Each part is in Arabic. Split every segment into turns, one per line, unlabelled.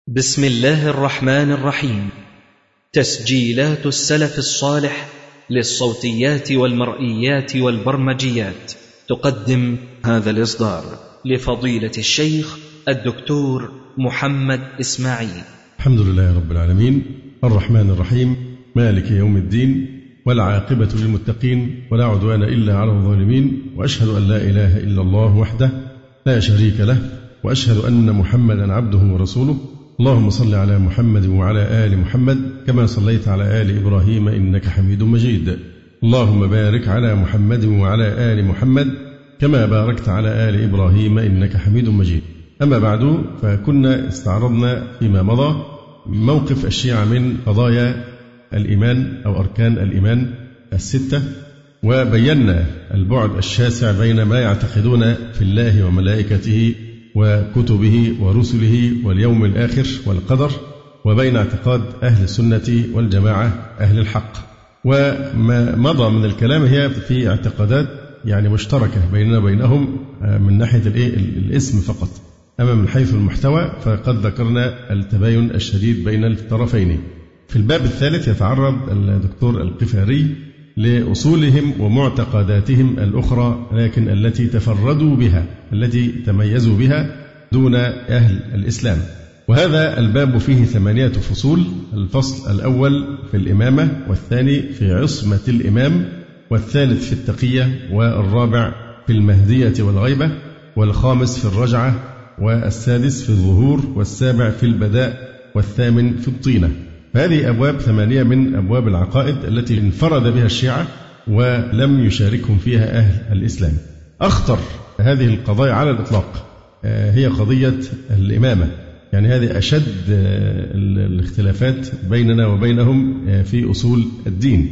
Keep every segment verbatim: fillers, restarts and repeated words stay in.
بسم الله الرحمن الرحيم. تسجيلات السلف الصالح للصوتيات والمرئيات والبرمجيات تقدم هذا الإصدار لفضيلة الشيخ الدكتور محمد إسماعيل.
الحمد لله رب العالمين، الرحمن الرحيم، مالك يوم الدين، والعاقبة للمتقين، ولا عدوان إلا على الظالمين، وأشهد أن لا إله إلا الله وحده لا شريك له، وأشهد أن محمدا عبده ورسوله. اللهم صل على محمد وعلى آل محمد كما صليت على آل إبراهيم إنك حميد مجيد. اللهم بارك على محمد وعلى آل محمد كما باركت على آل إبراهيم إنك حميد مجيد. أما بعد، فكنا استعرضنا فيما مضى موقف الشيعة من قضايا الإيمان أو أركان الإيمان الستة، وبينا البعد الشاسع بين ما يعتقدون في الله وملائكته وكتبه ورسله واليوم الآخر والقدر، وبين اعتقاد أهل السنة والجماعة أهل الحق. وما مضى من الكلام هي في اعتقادات يعني مشتركة بيننا وبينهم من ناحية الاسم فقط، أما من حيث المحتوى فقد ذكرنا التباين الشديد بين الطرفين. في الباب الثالث يتعرض الدكتور القفاري لأصولهم ومعتقداتهم الأخرى، لكن التي تفردوا بها، التي تميزوا بها دون أهل الإسلام. وهذا الباب فيه ثمانية فصول: الفصل الأول في الإمامة، والثاني في عصمة الإمام، والثالث في التقية، والرابع في المهدية والغيبة، والخامس في الرجعة، والسادس في الظهور، والسابع في البداء، والثامن في الطينة. هذه أبواب ثمانية من أبواب العقائد التي انفرد بها الشيعة ولم يشاركهم فيها أهل الإسلام. أخطر هذه القضايا على الإطلاق هي قضية الإمامة، يعني هذه أشد الاختلافات بيننا وبينهم في أصول الدين.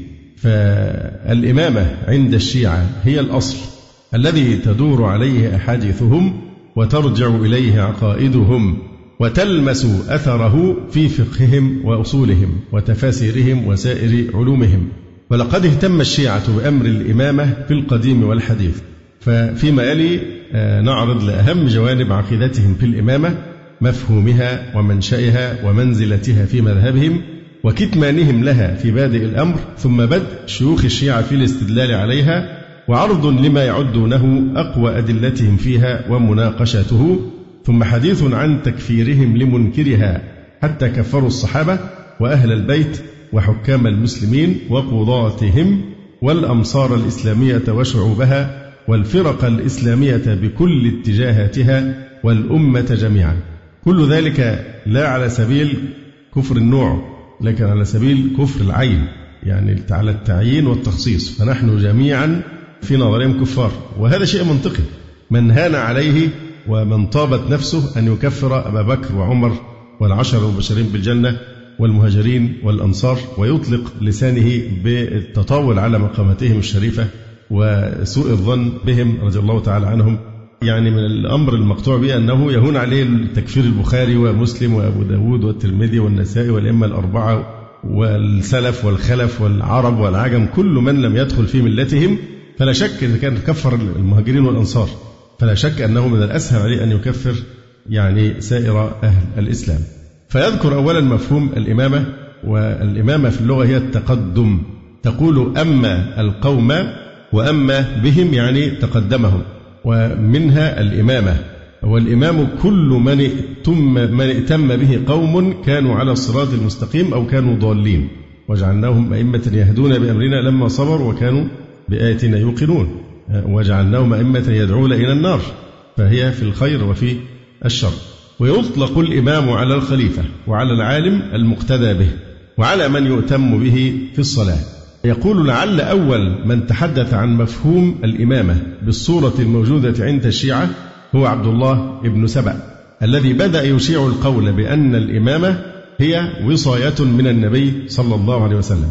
فالإمامة عند الشيعة هي الأصل الذي تدور عليه أحاديثهم وترجع إليه عقائدهم، وتلمس أثره في فقههم وأصولهم وتفاسيرهم وسائر علومهم. ولقد اهتم الشيعة بأمر الإمامة في القديم والحديث. ففيما يلي نعرض لأهم جوانب عقيدتهم في الإمامة، مفهومها ومنشأها ومنزلتها في مذهبهم وكتمانهم لها في بادئ الأمر، ثم بدء شيوخ الشيعة في الاستدلال عليها، وعرض لما يعدونه أقوى أدلتهم فيها ومناقشته، ثم حديث عن تكفيرهم لمنكرها حتى كفروا الصحابة وأهل البيت وحكام المسلمين وقضاتهم والأمصار الإسلامية وشعوبها والفرق الإسلامية بكل اتجاهاتها والأمة جميعا. كل ذلك لا على سبيل كفر النوع، لكن على سبيل كفر العين، يعني على التعيين والتخصيص، فنحن جميعا في نظرهم كفار. وهذا شيء منطقي، من هان عليه ومن طابت نفسه أن يكفر أبا بكر وعمر والعشر المبشرين بالجنة والمهاجرين والأنصار، ويطلق لسانه بالتطاول على مقاماتهم الشريفة وسوء الظن بهم رضي الله تعالى عنهم، يعني من الأمر المقطوع به أنه يهون عليه تكفير البخاري ومسلم وأبو داود والترمذي والنسائي والأئمة الأربعة والسلف والخلف والعرب والعجم، كل من لم يدخل في ملتهم. فلا شك إذا كان كفر المهاجرين والأنصار، فلا شك أنه من الأسهل عليه أن يكفر يعني سائر أهل الإسلام. فيذكر أولا مفهوم الإمامة، والإمامة في اللغة هي التقدم. تقول أما القوم وأما بهم، يعني تقدمهم، ومنها الإمامة. والإمام كل من ائتم, من ائتم به قوم كانوا على الصراط المستقيم أو كانوا ضالين، وجعلناهم أئمة يهدون بأمرنا لما صبروا وكانوا بآياتنا يوقنون، وجعلناهم أئمة يدعون إلى النار، فهي في الخير وفي الشر. ويطلق الإمام على الخليفة وعلى العالم المقتدى به وعلى من يؤتم به في الصلاة. يقول: لعل أول من تحدث عن مفهوم الإمامة بالصورة الموجودة عند الشيعة هو عبد الله بن سبأ، الذي بدأ يشيع القول بأن الإمامة هي وصاية من النبي صلى الله عليه وسلم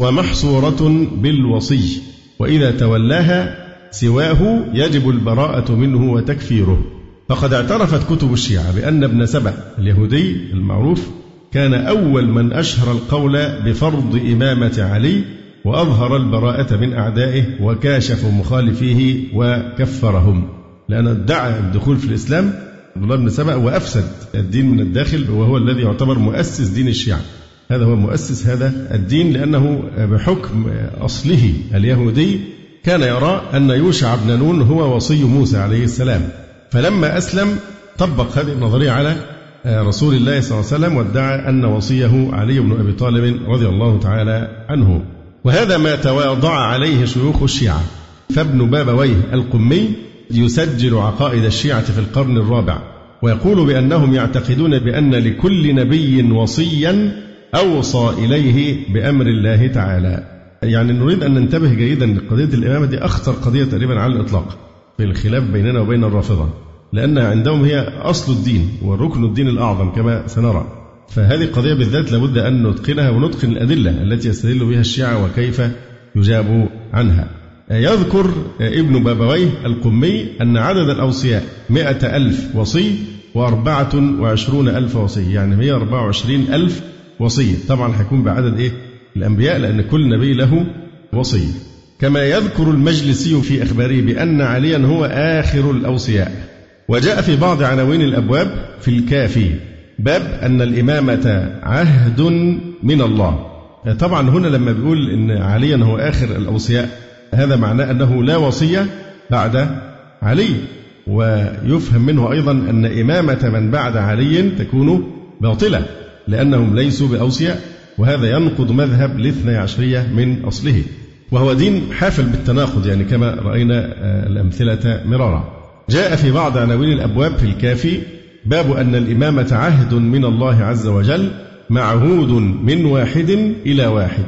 ومحصورة بالوصي، وإذا تولاها سواه يجب البراءة منه وتكفيره. فقد اعترفت كتب الشيعة بأن ابن سبأ اليهودي المعروف كان أول من أشهر القول بفرض إمامة علي، وأظهر البراءة من أعدائه وكاشف مخالفيه وكفرهم، لأن ادعى الدخول في الإسلام عبد الله بن سبأ وأفسد الدين من الداخل، وهو الذي يعتبر مؤسس دين الشيعة. هذا هو مؤسس هذا الدين، لأنه بحكم أصله اليهودي كان يرى أن يوشع بن نون هو وصي موسى عليه السلام، فلما أسلم طبق هذه النظرية على رسول الله صلى الله عليه وسلم، وادعى أن وصيه علي بن أبي طالب رضي الله تعالى عنه. وهذا ما تواضع عليه شيوخ الشيعة. فابن بابويه القمي يسجل عقائد الشيعة في القرن الرابع، ويقول بأنهم يعتقدون بأن لكل نبي وصيا أوصى إليه بأمر الله تعالى. يعني نريد أن ننتبه جيدا لقضية الإمامة دي، أخطر قضية تقريبا على الإطلاق في الخلاف بيننا وبين الرافضة، لأنها عندهم هي أصل الدين وركن الدين الأعظم كما سنرى. فهذه القضية بالذات لابد أن نتقنها ونتقن الأدلة التي يستدل بها الشيعة وكيف يجاب عنها. يذكر ابن بابويه القمي أن عدد الأوصياء مئة ألف وصي وأربعة وعشرون ألف وصي، يعني مئة وأربعة وعشرين ألف وصي. طبعا هيكون بعدد إيه؟ الأنبياء، لأن كل نبي له وصي. كما يذكر المجلسي في أخباره بأن عليا هو آخر الأوصياء. وجاء في بعض عناوين الأبواب في الكافي باب أن الإمامة عهد من الله. طبعا هنا لما بيقول أن عليا هو آخر الأوصياء، هذا معناه أنه لا وصية بعد علي، ويفهم منه أيضا أن إمامة من بعد علي تكون باطلة لأنهم ليسوا بأوصياء، وهذا ينقض مذهب الاثني عشرية من أصله، وهو دين حافل بالتناقض، يعني كما رأينا الأمثلة مرارا. جاء في بعض عناوين الأبواب في الكافي باب أن الإمامة عهد من الله عز وجل معهود من واحد إلى واحد،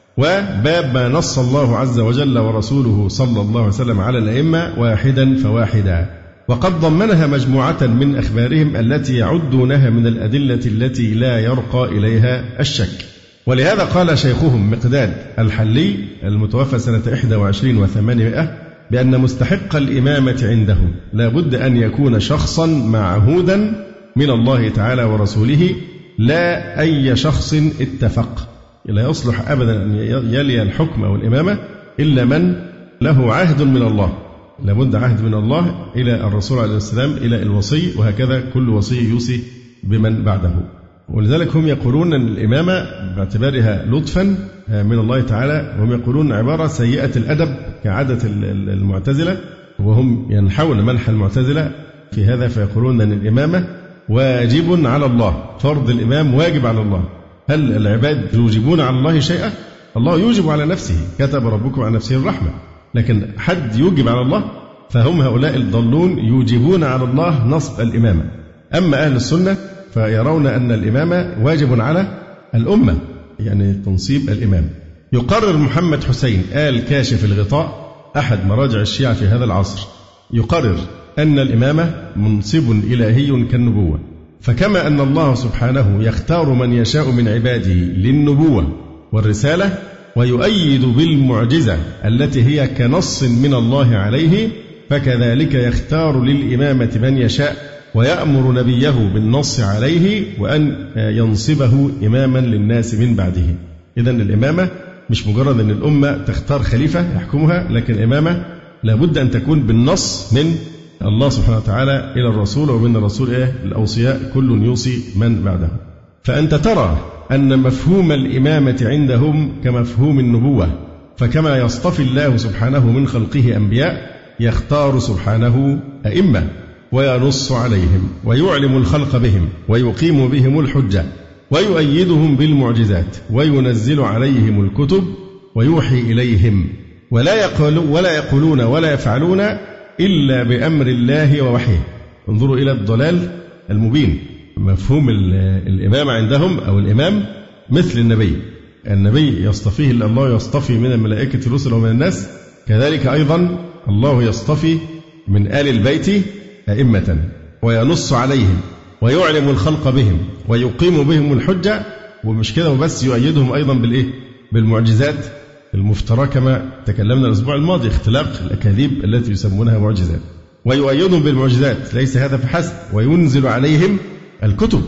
وباب ما نص الله عز وجل ورسوله صلى الله عليه وسلم على الأئمة واحدا فواحدا. وقد ضمنها مجموعة من أخبارهم التي يعدونها من الأدلة التي لا يرقى إليها الشك. ولهذا قال شيخهم مقداد الحلي المتوفى سنة إحدى وعشرين وثمانمائة بأن مستحق الإمامة عندهم لا بد أن يكون شخصا معهودا من الله تعالى ورسوله، لا أي شخص اتفق. لا يصلح أبدا أن يلي الحكم أو الإمامة إلا من له عهد من الله، لا بد عهد من الله إلى الرسول عليه السلام إلى الوصي، وهكذا كل وصي يوصي بمن بعده. ولذلك هم يقولون أن الإمامة باعتبارها لطفا من الله تعالى، وهم يقولون عبارة سيئة الأدب كعادة المعتزلة، وهم ينحون منح المعتزلة في هذا، فيقولون أن الإمامة واجب على الله، فرض الإمام واجب على الله. هل العباد يوجبون على الله شيئا؟ الله يوجب على نفسه، كتب ربكم على نفسه الرحمة، لكن حد يوجب على الله؟ فهم هؤلاء الضالون يوجبون على الله نصب الإمامة. أما أهل السنة فيرون أن الإمامة واجب على الأمة، يعني تنصيب الإمام. يقرر محمد حسين آل كاشف الغطاء أحد مراجع الشيعة في هذا العصر، يقرر أن الإمامة منصب إلهي كالنبوة، فكما أن الله سبحانه يختار من يشاء من عباده للنبوة والرسالة ويؤيد بالمعجزة التي هي كنص من الله عليه، فكذلك يختار للإمامة من يشاء ويأمر نبيه بالنص عليه وأن ينصبه إماما للناس من بعده. إذن الإمامة مش مجرد أن الأمة تختار خليفة يحكمها، لكن الإمامة لابد أن تكون بالنص من الله سبحانه وتعالى إلى الرسول، ومن الرسول إيه الأوصياء كل يوصي من بعده. فأنت ترى أن مفهوم الإمامة عندهم كمفهوم النبوة، فكما يصطفي الله سبحانه من خلقه أنبياء يختار سبحانه أئمة وينص عليهم ويعلم الخلق بهم ويقيم بهم الحجة ويؤيدهم بالمعجزات وينزل عليهم الكتب ويوحي إليهم، ولا يقولون ولا يقولون ولا يفعلون إلا بأمر الله ووحيه. انظروا إلى الضلال المبين. مفهوم الإمام عندهم أو الإمام مثل النبي، النبي يصطفيه الله، يصطفي من الملائكة الرسل ومن الناس، كذلك أيضا الله يصطفي من آل البيت أئمة وينص عليهم ويعلم الخلق بهم ويقيم بهم الحجة، ومش كده وبس، يؤيدهم أيضا بالإيه؟ بالمعجزات المفترى كما تكلمنا الأسبوع الماضي، اختلاق الأكاذيب التي يسمونها معجزات، ويؤيدهم بالمعجزات. ليس هذا فحسب، وينزل عليهم الكتب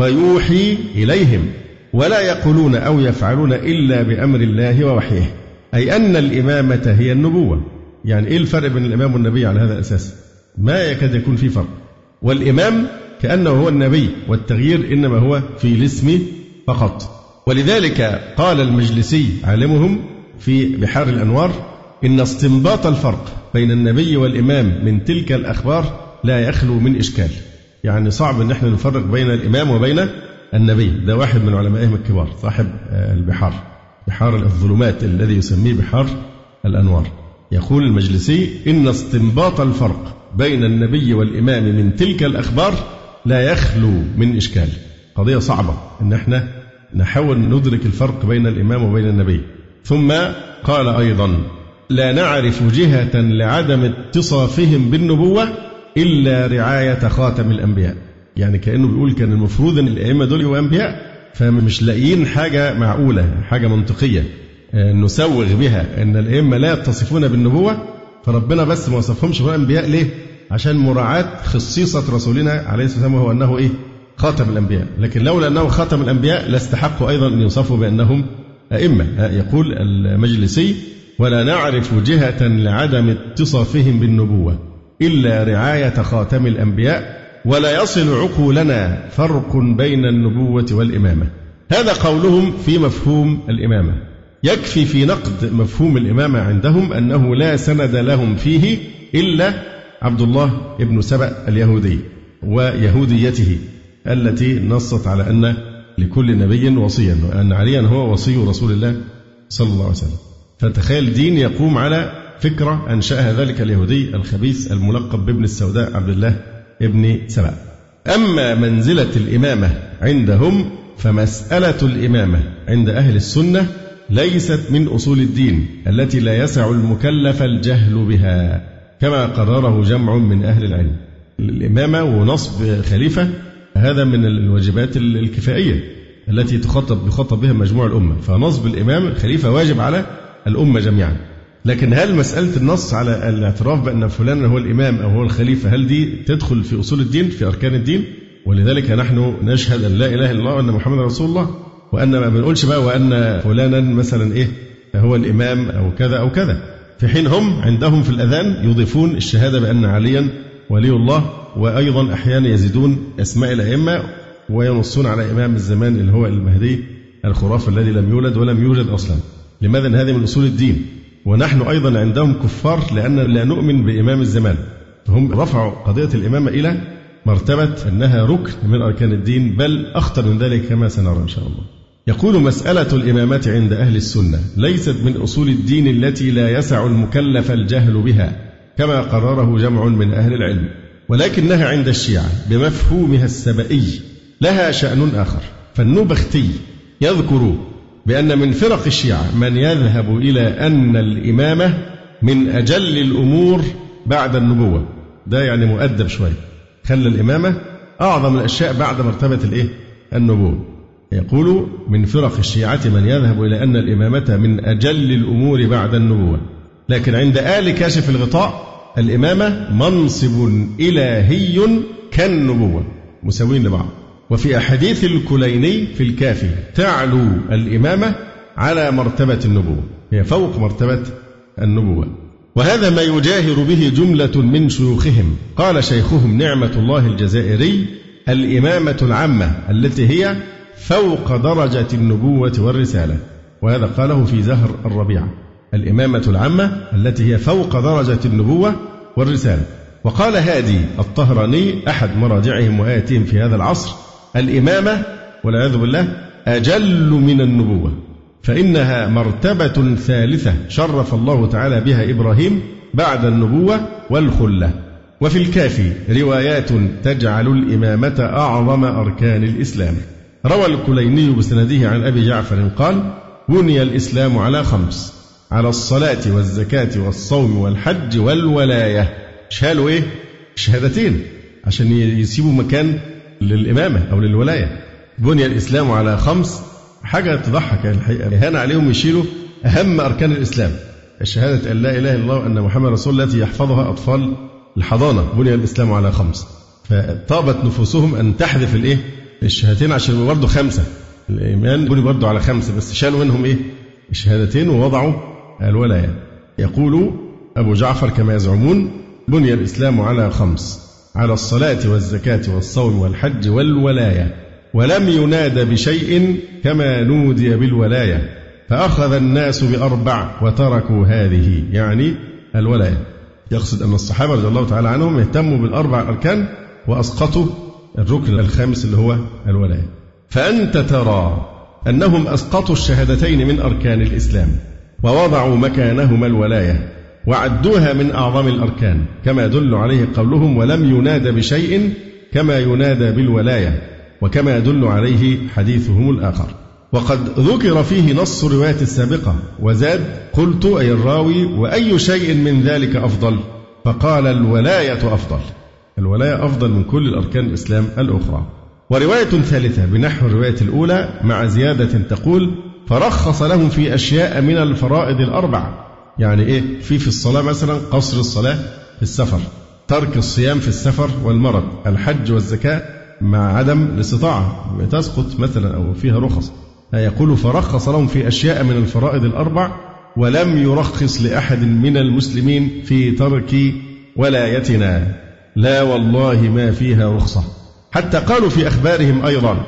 ويوحي إليهم، ولا يقولون أو يفعلون إلا بأمر الله ووحيه، أي أن الإمامة هي النبوة. يعني إيه الفرق بين الإمام والنبي على هذا الأساس؟ ما يكاد يكون في فرق. والإمام كأنه هو النبي، والتغيير إنما هو في الاسم فقط. ولذلك قال المجلسي عالمهم في بحار الأنوار إن استنباط الفرق بين النبي والإمام من تلك الأخبار لا يخلو من إشكال. يعني صعب أن احنا نفرق بين الإمام وبين النبي. ده واحد من علمائهم الكبار صاحب البحار، بحار الظلمات الذي يسميه بحار الأنوار. يقول المجلسي إن استنباط الفرق بين النبي والإمام من تلك الأخبار لا يخلو من إشكال. قضية صعبة أن احنا نحاول ندرك الفرق بين الإمام وبين النبي. ثم قال أيضا لا نعرف جهة لعدم اتصافهم بالنبوة إلا رعاية خاتم الأنبياء. يعني كأنه بيقول كان المفروض أن الأئمة دول يبقوا أنبياء، فمش لاقيين حاجة معقولة، حاجة منطقية نسوغ بها أن الأئمة لا يتصفون بالنبوة، فربنا بس ما وصفهمش بالأنبياء. ليه؟ عشان مراعاة خصيصة رسولنا عليه الصلاة والسلام، وهو أنه إيه؟ خاتم الأنبياء. لكن لولا أنه خاتم الأنبياء لاستحقوا أيضا أن يوصفوا بأنهم أئمة. يقول المجلسي ولا نعرف جهة لعدم اتصافهم بالنبوة إلا رعاية خاتم الأنبياء، ولا يصل عقولنا فرق بين النبوة والإمامة. هذا قولهم في مفهوم الإمامة. يكفي في نقد مفهوم الإمامة عندهم أنه لا سند لهم فيه إلا عبد الله ابن سبأ اليهودي ويهوديته التي نصت على أن لكل نبي وصيا، وأن عليا هو وصي رسول الله صلى الله عليه وسلم. فتخيل دين يقوم على فكرة أنشأها ذلك اليهودي الخبيث الملقب بابن السوداء عبد الله ابن سبأ. أما منزلة الإمامة عندهم فمسألة الإمامة عند أهل السنة ليست من أصول الدين التي لا يسع المكلف الجهل بها، كما قرره جمع من أهل العلم. الإمامة ونصب خليفة هذا من الواجبات الكفائية التي تخطب بخطب بها مجموع الأمة، فنصب الإمام خليفة واجب على الأمة جميعا. لكن هل مسألة النص على الاعتراف بأن فلان هو الإمام أو هو الخليفة هل دي تدخل في أصول الدين في أركان الدين؟ ولذلك نحن نشهد أن لا إله إلا الله وأن محمد رسول الله، وأن ما بنقولش بقى وأن فلانا مثلا إيه هو الإمام أو كذا أو كذا، في حين هم عندهم في الأذان يضيفون الشهادة بأن عليا ولي الله، وأيضا أحيانا يزيدون أسماء الأئمة وينصون على إمام الزمان اللي هو المهدي الخرافي الذي لم يولد ولم يوجد أصلا. لماذا؟ هذه من أصول الدين. ونحن أيضا عندهم كفار لأن لا نؤمن بإمام الزمان، هم رفعوا قضية الإمامة إلى مرتبة أنها ركن من أركان الدين، بل أخطر من ذلك كما سنرى إن شاء الله. يقول مسألة الإمامة عند أهل السنة ليست من أصول الدين التي لا يسع المكلف الجهل بها، كما قرره جمع من أهل العلم، ولكنها عند الشيعة بمفهومها السبئي لها شأن آخر. فالنوبختي يذكر بأن من فرق الشيعة من يذهب إلى أن الإمامة من أجل الأمور بعد النبوة. ده يعني مؤدب شوية، خلى الإمامة أعظم الأشياء بعد مرتبة الإيه؟ النبوة. يقول من فرق الشيعة من يذهب إلى أن الإمامة من أجل الأمور بعد النبوة، لكن عند آل كاشف الغطاء الإمامة منصب إلهي كالنبوة مساوين لبعض. وفي أحاديث الكليني في الكافي تعلو الإمامة على مرتبة النبوة، هي فوق مرتبة النبوة. وهذا ما يجاهر به جملة من شيوخهم. قال شيخهم نعمة الله الجزائري الإمامة العامة التي هي فوق درجة النبوة والرسالة، وهذا قاله في زهر الربيعة، الإمامة العامة التي هي فوق درجة النبوة والرسالة. وقال هادي الطهراني أحد مراجعهم وآياتهم في هذا العصر الإمامة والعياذ بالله أجل من النبوة، فإنها مرتبة ثالثة شرف الله تعالى بها إبراهيم بعد النبوة والخلة. وفي الكافي روايات تجعل الإمامة أعظم أركان الإسلام. روى الكليني بسنده عن أبي جعفر قال بني الإسلام على خمس: على الصلاة والزكاة والصوم والحج والولاية. شالوا إيه؟ شهادتين عشان يسيبوا مكان للإمامة أو للولاية. بني الإسلام على خمس، حاجة تضحك الحقيقة، إهانة عليهم يشيلوا أهم أركان الإسلام، الشهادة أن لا إله إلا الله وأن محمد رسول الله التي يحفظها أطفال الحضانة. بني الإسلام على خمس، فطابت نفوسهم أن تحذف الإيه؟ الشهادتين عشان برضه خمسة. الإيمان بني برضه على خمسة، بس شالوا منهم إيه؟ الشهادتين ووضعوا الولاية. يقول أبو جعفر كما يزعمون بني الإسلام على خمس: على الصلاة والزكاة والصوم والحج والولاية، ولم يناد بشيء كما نودي بالولاية، فأخذ الناس بأربع وتركوا هذه، يعني الولاية. يقصد أن الصحابة رضي الله تعالى عنهم اهتموا بالأربع أركان وأسقطوا الركن الخامس اللي هو الولاية. فأنت ترى أنهم أسقطوا الشهادتين من أركان الإسلام ووضعوا مكانهما الولاية وعدوها من أعظم الأركان، كما يدل عليه قولهم ولم يناد بشيء كما ينادى بالولاية، وكما يدل عليه حديثهم الآخر. وقد ذكر فيه نص الرواية السابقة، وزاد قلت أي الراوي وأي شيء من ذلك أفضل؟ فقال الولاية أفضل، الولاية أفضل من كل الأركان الإسلام الأخرى. ورواية ثالثة بنحو الرواية الأولى مع زيادة تقول فرخص لهم في أشياء من الفرائض الأربع، يعني إيه؟ في في الصلاة مثلا قصر الصلاة في السفر، ترك الصيام في السفر والمرض، الحج والزكاة مع عدم الاستطاعة تسقط مثلا أو فيها رخص. يقول فرخص لهم في أشياء من الفرائض الأربع ولم يرخص لأحد من المسلمين في ترك ولايتنا، لا والله ما فيها رخصة. حتى قالوا في أخبارهم أيضا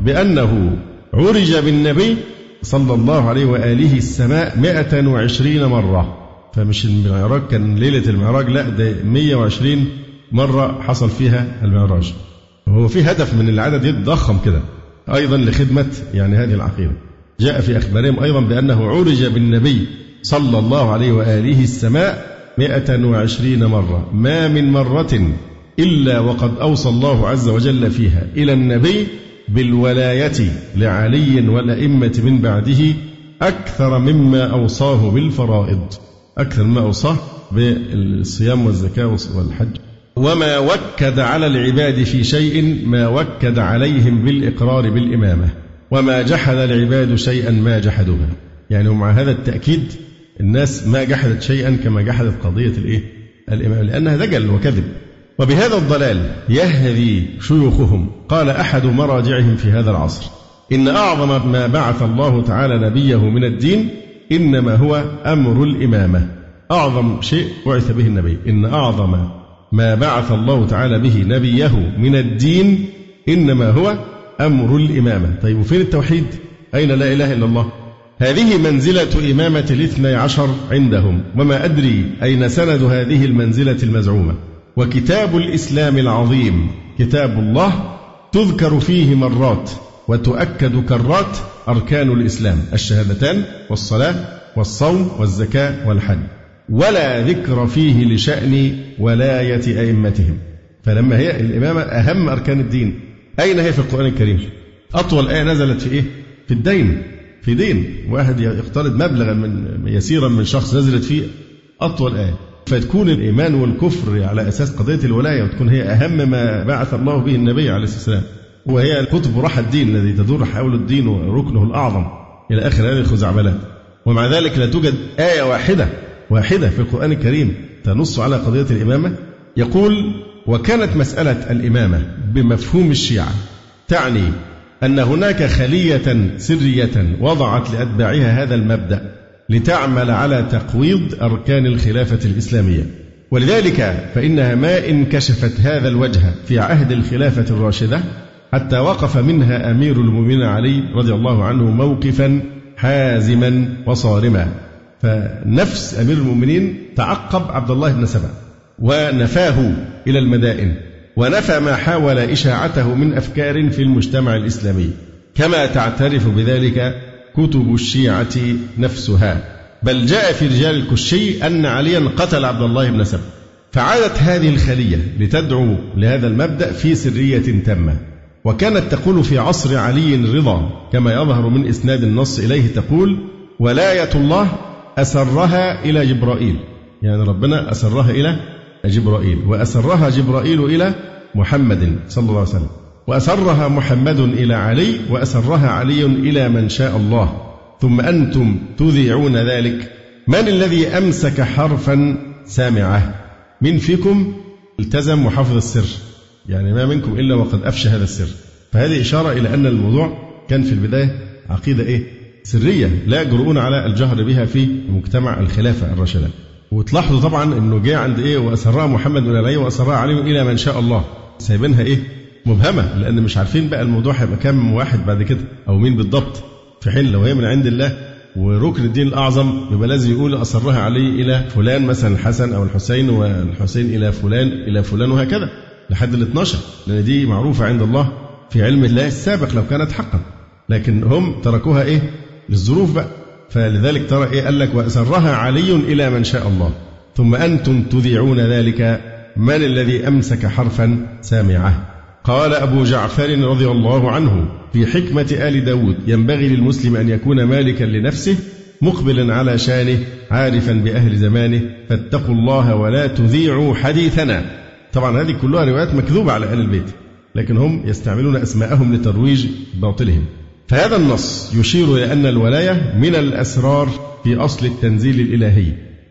بأنه عرج بالنبي صلى الله عليه وآله السماء مئة وعشرين مرة، فمش المعراج كان ليلة المعراج، لا ده مئة وعشرين مرة حصل فيها المعراج. وهو في هدف من العدد يتضخم كده أيضا لخدمة يعني هذه العقيدة. جاء في أخبارهم أيضا بأنه عرج بالنبي صلى الله عليه وآله السماء مئة وعشرين مرة، ما من مرة إلا وقد أوصى الله عز وجل فيها إلى النبي بالولاية لعلي والأئمة من بعده أكثر مما أوصاه بالفرائض، أكثر مما أوصاه بالصيام والزكاة والحج. وما وكد على العباد في شيء ما وكد عليهم بالإقرار بالإمامة، وما جحد العباد شيئا ما جحدوها. يعني ومع هذا التأكيد الناس ما جحدت شيئا كما جحدت قضية الإيه؟ الإمامة، لأنها دجل وكذب. وبهذا الضلال يهذي شيوخهم. قال أحد مراجعهم في هذا العصر إن أعظم ما بعث الله تعالى نبيه من الدين إنما هو أمر الإمامة. أعظم شيء بعث به النبي، إن أعظم ما بعث الله تعالى به نبيه من الدين إنما هو أمر الإمامة. طيب وفين التوحيد؟ أين لا إله إلا الله؟ هذه منزلة إمامة الاثني عشر عندهم، وما أدري أين سند هذه المنزلة المزعومة. وكتاب الإسلام العظيم كتاب الله تذكر فيه مرات وتؤكد كرات أركان الإسلام الشهادتان والصلاة والصوم والزكاة والحج، ولا ذكر فيه لشأن ولاية أئمتهم. فلما هي الإمامة أهم أركان الدين، أين هي في القرآن الكريم؟ أطول آية نزلت في إيه؟ في الدين، في دين واحد يقترض مبلغا من يسيرا من شخص نزلت فيه أطول آية. فتكون الإيمان والكفر على أساس قضية الولاية، وتكون هي أهم ما بعث الله به النبي عليه الصلاة والسلام، وهي قطب راح الدين الذي تدور حول الدين وركنه الأعظم إلى آخر هذه الخزعبلات. ومع ذلك لا توجد آية واحدة واحدة في القرآن الكريم تنص على قضية الإمامة. يقول وكانت مسألة الإمامة بمفهوم الشيعة تعني أن هناك خلية سرية وضعت لأتباعها هذا المبدأ لتعمل على تقويض أركان الخلافة الإسلامية، ولذلك فإنها ما انكشفت هذا الوجه في عهد الخلافة الراشدة حتى وقف منها أمير المؤمنين علي رضي الله عنه موقفا حازما وصارما. فنفس أمير المؤمنين تعقب عبد الله بن سبأ ونفاه إلى المدائن، ونفى ما حاول إشاعته من أفكار في المجتمع الإسلامي، كما تعترف بذلك كتب الشيعة نفسها. بل جاء في رجال الكشي أن عليا قتل عبد الله بن سبأ. فعادت هذه الخلية لتدعو لهذا المبدأ في سرية تامة، وكانت تقول في عصر علي الرضا كما يظهر من إسناد النص إليه، تقول ولاية الله أسرها إلى جبرائيل، يعني ربنا أسرها إلى جبرائيل، وأسرها جبرائيل إلى محمد صلى الله عليه وسلم، وأسرها محمد إلى علي، وأسرها علي إلى من شاء الله، ثم أنتم تذيعون ذلك. من الذي أمسك حرفا سامعه؟ من فيكم التزم وحفظ السر؟ يعني ما منكم إلا وقد أفشى هذا السر. فهذه إشارة إلى أن الموضوع كان في البداية عقيدة إيه؟ سرية لا يجرؤون على الجهر بها في مجتمع الخلافة الراشدة. وتلاحظوا طبعا أنه جاء عند إيه وأسرها محمد بن علي وأسرها علي إلى من شاء الله، سايبينها إيه مبهمة، لأن مش عارفين بقى الموضوع هيبقى كام واحد بعد كده أو مين بالضبط، في حين لو هي من عند الله وركن الدين الأعظم يبقى لازم يقول أسرها علي إلى فلان مثلا الحسن أو الحسين، والحسين إلى فلان إلى فلان وهكذا لحد الاثناشر، لأن دي معروفة عند الله في علم الله السابق لو كانت حقا، لكن هم تركوها إيه للظروف بقى. فلذلك ترى إيه قال لك وأسرها علي إلى من شاء الله ثم أنتم تذيعون ذلك، من الذي أمسك حرفا سامعه؟ قال أبو جعفر رضي الله عنه في حكمة آل داود ينبغي للمسلم أن يكون مالكا لنفسه مقبلا على شانه عارفا بأهل زمانه، فاتقوا الله ولا تذيعوا حديثنا. طبعا هذه كلها روايات مكذوبة على آل البيت، لكن هم يستعملون أسماءهم لترويج باطلهم. فهذا النص يشير إلى أن الولاية من الأسرار في أصل التنزيل الإلهي،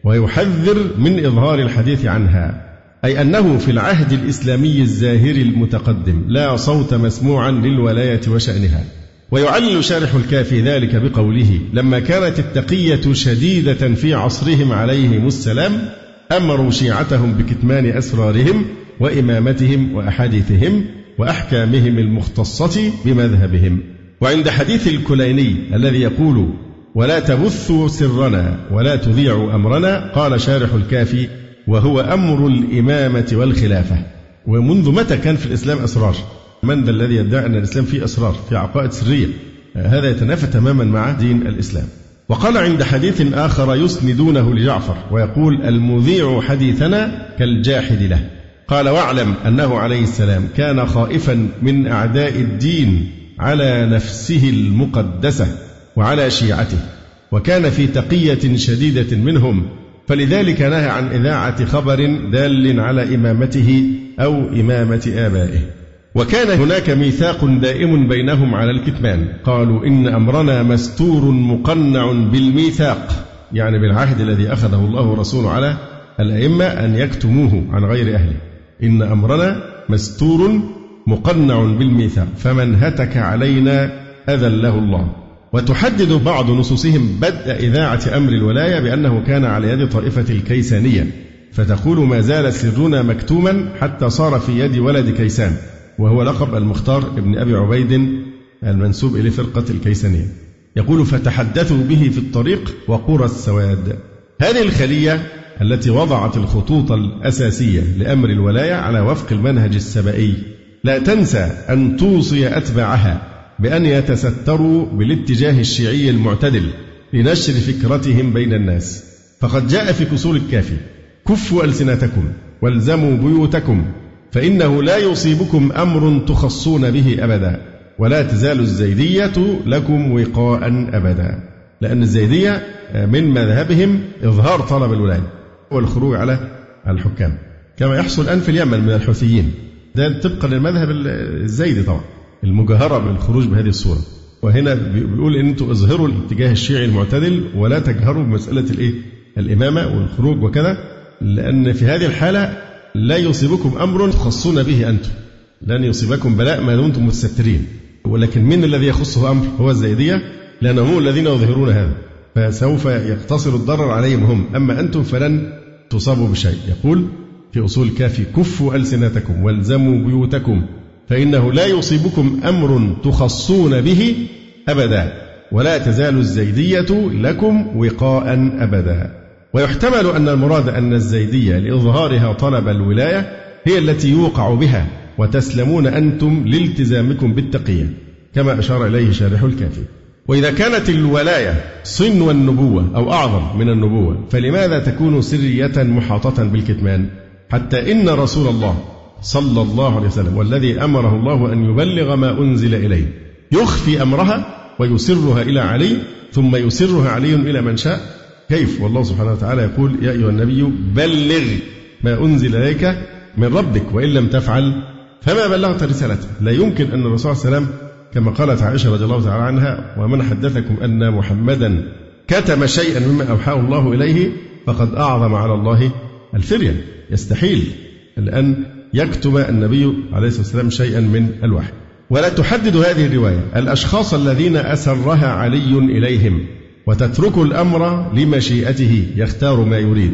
ويحذر من إظهار الحديث عنها، أي أنه في العهد الإسلامي الزاهري المتقدم لا صوت مسموعا للولاية وشأنها. ويعلل شارح الكافي ذلك بقوله لما كانت التقية شديدة في عصرهم عليهم السلام أمروا شيعتهم بكتمان أسرارهم وإمامتهم وأحاديثهم وأحكامهم المختصة بمذهبهم. وعند حديث الكليني الذي يقول ولا تبثوا سرنا ولا تذيعوا أمرنا، قال شارح الكافي وهو أمر الإمامة والخلافة. ومنذ متى كان في الإسلام أسرار؟ من ذا الذي يدعي أن الإسلام فيه أسرار في عقائد سرية؟ هذا يتنافى تماما مع دين الإسلام. وقال عند حديث آخر يسندونه لجعفر ويقول المذيع حديثنا كالجاحد له. قال واعلم أنه عليه السلام كان خائفا من أعداء الدين على نفسه المقدسة وعلى شيعته، وكان في تقية شديدة منهم، فلذلك نهى عن إذاعة خبر دال على إمامته أو إمامة آبائه. وكان هناك ميثاق دائم بينهم على الكتمان، قالوا إن أمرنا مستور مقنع بالميثاق، يعني بالعهد الذي أخذه الله ورسوله على الأئمة أن يكتموه عن غير أهله. إن أمرنا مستور مقنع بالميثاق فمن هتك علينا أذله الله. وتحدد بعض نصوصهم بدء إذاعة أمر الولاية بأنه كان على يد طائفة الكيسانية، فتقول ما زال سرنا مكتوما حتى صار في يد ولد كيسان، وهو لقب المختار ابن أبي عبيد المنسوب إلى فرقة الكيسانية. يقول فتحدثوا به في الطريق وقرى السواد. هذه الخلية التي وضعت الخطوط الأساسية لأمر الولاية على وفق المنهج السبائي لا تنسى أن توصي أتباعها بأن يتستروا بالاتجاه الشيعي المعتدل لنشر فكرتهم بين الناس. فقد جاء في فصول الكافي كفوا ألسنتكم والزموا بيوتكم فإنه لا يصيبكم أمر تخصون به أبدا ولا تزال الزيدية لكم وقاء أبدا. لأن الزيدية من مذهبهم إظهار طلب الولاية والخروج على الحكام، كما يحصل الآن في اليمن من الحوثيين، ده طبقا للمذهب الزيدي طبعا، المجاهرة بالخروج بهذه الصورة. وهنا بيقول إن أنتم اظهروا الاتجاه الشيعي المعتدل ولا تجهروا بمسألة الإيه؟ الإمامة والخروج وكذا، لأن في هذه الحالة لا يصيبكم أمر تخصون به أنتم، لن يصيبكم بلاء ما دمتم متسترين. ولكن من الذي يخصه أمر؟ هو الزيدية، لأنهم الذين يظهرون هذا، فسوف يقتصر الضرر عليهم هم، أما أنتم فلن تصابوا بشيء. يقول في أصول الكافي كفوا ألسنتكم والزموا بيوتكم فإنه لا يصيبكم أمر تخصون به أبدا ولا تزال الزيدية لكم وقاء أبدا. ويحتمل أن المراد أن الزيدية لإظهارها طلب الولاية هي التي يوقع بها وتسلمون أنتم لالتزامكم بالتقية، كما أشار إليه شارح الكافي. وإذا كانت الولاية صنو النبوة أو أعظم من النبوة، فلماذا تكون سرية محاطة بالكتمان؟ حتى إن رسول الله صلى الله عليه وسلم والذي أمره الله أن يبلغ ما أنزل إليه يخفي أمرها ويسرها إلى علي ثم يسرها علي إلى من شاء. كيف؟ والله سبحانه وتعالى يقول يا أيها النبي بلغ ما أنزل إليك من ربك وإن لم تفعل فما بلغت رسالته. لا يمكن أن الرسول صلى الله عليه وسلم كما قالت عائشة رضي الله تعالى عنها ومن حدثكم أن محمدا كتم شيئا مما أوحاه الله إليه فقد أعظم على الله الفرية. يستحيل الآن يكتب النبي عليه الصلاة والسلام شيئا من الوحي. ولا تحدد هذه الرواية الأشخاص الذين أسرها علي إليهم وتترك الأمر لمشيئته يختار ما يريد،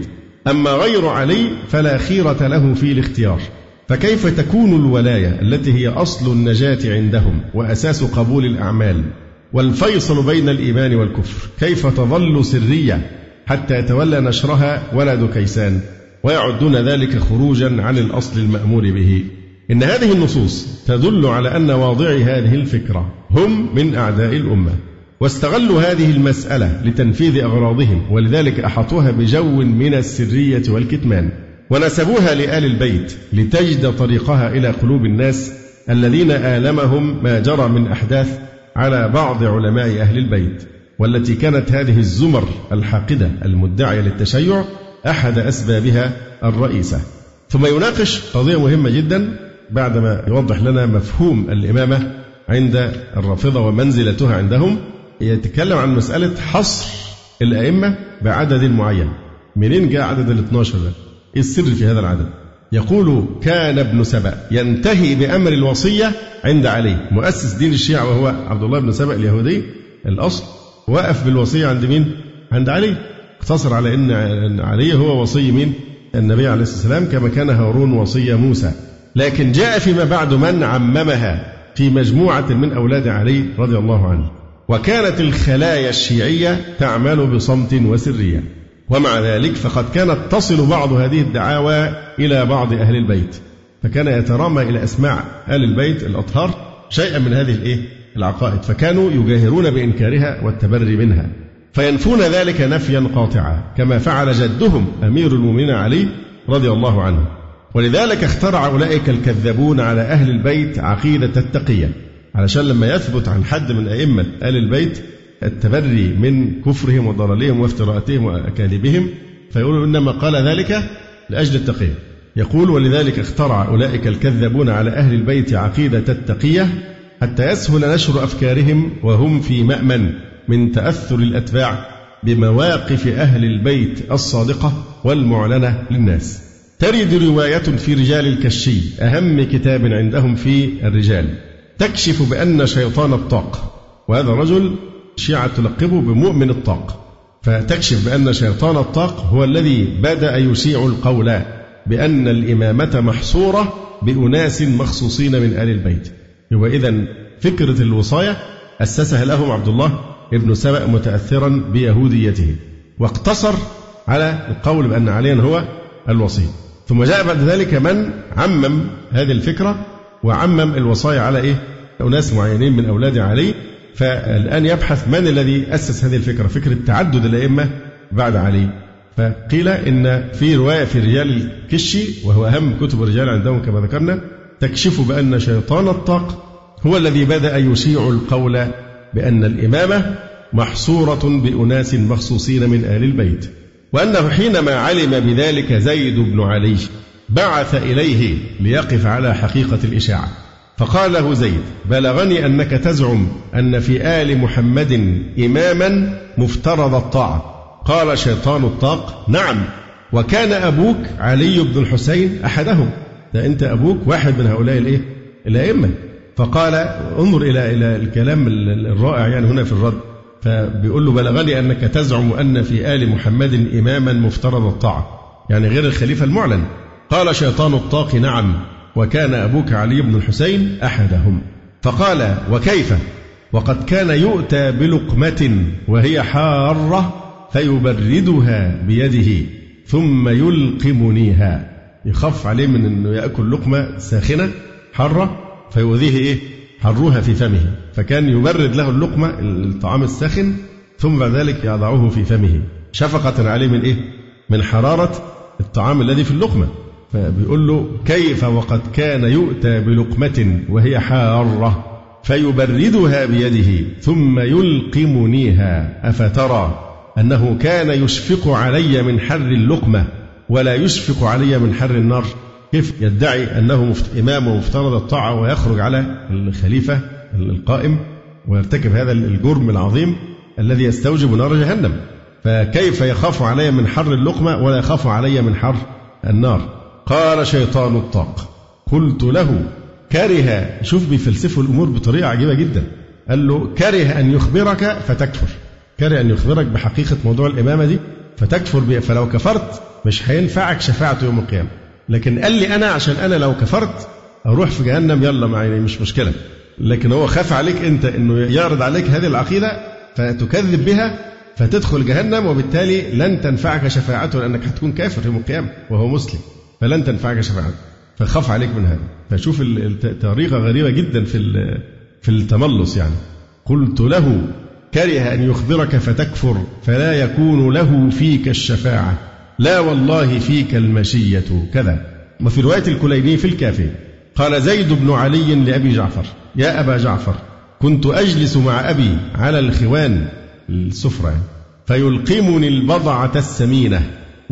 أما غير علي فلا خيرة له في الاختيار. فكيف تكون الولاية التي هي أصل النجاة عندهم وأساس قبول الأعمال والفيصل بين الإيمان والكفر، كيف تظل سرية حتى يتولى نشرها ولد كيسان ويعدون ذلك خروجا عن الأصل المأمور به؟ إن هذه النصوص تدل على أن واضعي هذه الفكرة هم من أعداء الأمة، واستغلوا هذه المسألة لتنفيذ أغراضهم، ولذلك أحاطوها بجو من السرية والكتمان، ونسبوها لآل البيت لتجد طريقها إلى قلوب الناس الذين آلمهم ما جرى من أحداث على بعض علماء أهل البيت، والتي كانت هذه الزمر الحاقدة المدعية للتشيع أحد أسبابها الرئيسة. ثم يناقش قضية مهمة جدا بعدما يوضح لنا مفهوم الإمامة عند الرافضة ومنزلتها عندهم. يتكلم عن مسألة حصر الأئمة بعدد معين. منين جاء عدد الاثناشر ده؟ إيه السر في هذا العدد؟ يقول كان ابن سبأ ينتهي بأمر الوصية عند علي، مؤسس دين الشيعة وهو عبد الله بن سبأ اليهودي الأصل، وقف بالوصية عند مين؟ عند علي، اقتصر على أن علي هو وصي مين؟ النبي عليه الصلاة والسلام، كما كان هارون وصي موسى. لكن جاء فيما بعد من عممها في مجموعة من أولاد علي رضي الله عنه، وكانت الخلايا الشيعية تعمل بصمت وسرية. ومع ذلك فقد كانت تصل بعض هذه الدعاوى إلى بعض أهل البيت، فكان يترامى إلى أسماع آل البيت الأطهار شيئا من هذه الإيه؟ العقائد، فكانوا يجاهرون بإنكارها والتبري منها، فينفون ذلك نفيا قاطعا كما فعل جدهم أمير المؤمنين علي رضي الله عنه. ولذلك اخترع أولئك الكذابون على أهل البيت عقيدة التقية، علشان لما يثبت عن حد من أئمة آل البيت التبري من كفرهم وضلالهم وافتراءاتهم وأكاذيبهم فيقولوا إنما قال ذلك لأجل التقية. يقول ولذلك اخترع أولئك الكذابون على أهل البيت عقيدة التقية حتى يسهل نشر أفكارهم وهم في مأمن من تأثر الأتباع بمواقف أهل البيت الصادقة والمعلنة للناس. ترد رواية في رجال الكشي، أهم كتاب عندهم في الرجال، تكشف بأن شيطان الطاق، وهذا رجل الشيعة تلقبه بمؤمن الطاق، فتكشف بأن شيطان الطاق هو الذي بدأ يشيع القول بأن الإمامة محصورة بأناس مخصوصين من آل البيت. وإذن فكرة الوصاية أسسها لهم عبد الله ابن سبأ متأثرا بيهوديته، واقتصر على القول بأن عليا هو الوصي. ثم جاء بعد ذلك من عمم هذه الفكرة وعمم الوصايا على إيه؟ أناس معينين من أولاد علي. فالآن يبحث من الذي أسس هذه الفكرة، فكرة تعدد الأئمة بعد علي. فقيل إن في رواية في رجال الكشي، وهو أهم كتب الرجال عندهم كما ذكرنا، تكشف بأن شيطان الطاق هو الذي بدأ يشيع القول بأن الإمامة محصورة بأناس مخصوصين من آل البيت، وأنه حينما علم بذلك زيد بن علي بعث إليه ليقف على حقيقة الإشاعة، فقال له زيد: بلغني أنك تزعم أن في آل محمد إماما مفترض الطاعة. قال شيطان الطاق: نعم، وكان أبوك علي بن الحسين أحدهم. ده أنت أبوك واحد من هؤلاء الإيه؟ الأئمة. فقال انظر إلى إلى الكلام الرائع يعني هنا في الرد، فبيقول له: بلغني أنك تزعم أن في آل محمد إماما مفترض الطاعة، يعني غير الخليفة المعلن. قال شيطان الطاق: نعم، وكان أبوك علي بن الحسين أحدهم. فقال: وكيف وقد كان يؤتى بلقمة وهي حارة فيبردها بيده ثم يلقمنيها، يخف عليه من أنه يأكل لقمة ساخنة حارة فيؤذيه إيه؟ حروها في فمه، فكان يبرد له اللقمة الطعام الساخن ثم بعد ذلك يضعه في فمه شفقة عليه من إيه؟ من حرارة الطعام الذي في اللقمة. فبيقول له: كيف وقد كان يؤتى بلقمة وهي حارة فيبردها بيده ثم يلقمنيها، أفترى أنه كان يشفق علي من حر اللقمة ولا يشفق علي من حر النار؟ كيف يدعي أنه إمام ومفترض الطاعة ويخرج على الخليفة القائم ويرتكب هذا الجرم العظيم الذي يستوجب نار جهنم؟ فكيف يخاف علي من حر اللقمة ولا يخاف علي من حر النار؟ قال شيطان الطاق: قلت له كره، شوف بيفلسفوا الأمور بطريقة عجيبة جدا، قال له: كره أن يخبرك فتكفر، كره أن يخبرك بحقيقة موضوع الإمامة دي فتكفر بي، فلو كفرت مش هينفعك شفاعته يوم القيامة. لكن قال لي أنا عشان أنا لو كفرت أروح في جهنم، يلا معي مش مشكلة. لكن هو خاف عليك أنت إنه يعرض عليك هذه العقيدة فتكذب بها فتدخل جهنم، وبالتالي لن تنفعك شفاعته لأنك هتكون كافر يوم القيامة وهو مسلم، فلن تنفعك شفاعته، فخاف عليك من هذا. فشوف الطريقة غريبة جدا في في التملص يعني. قلت له كره أن يخبرك فتكفر فلا يكون له فيك الشفاعة، لا والله فيك المشية كذا. وفي رواية الكليني في الكافي قال زيد بن علي لأبي جعفر يا أبا جعفر كنت أجلس مع أبي على الخوان السفرة فيلقمني البضعة السمينة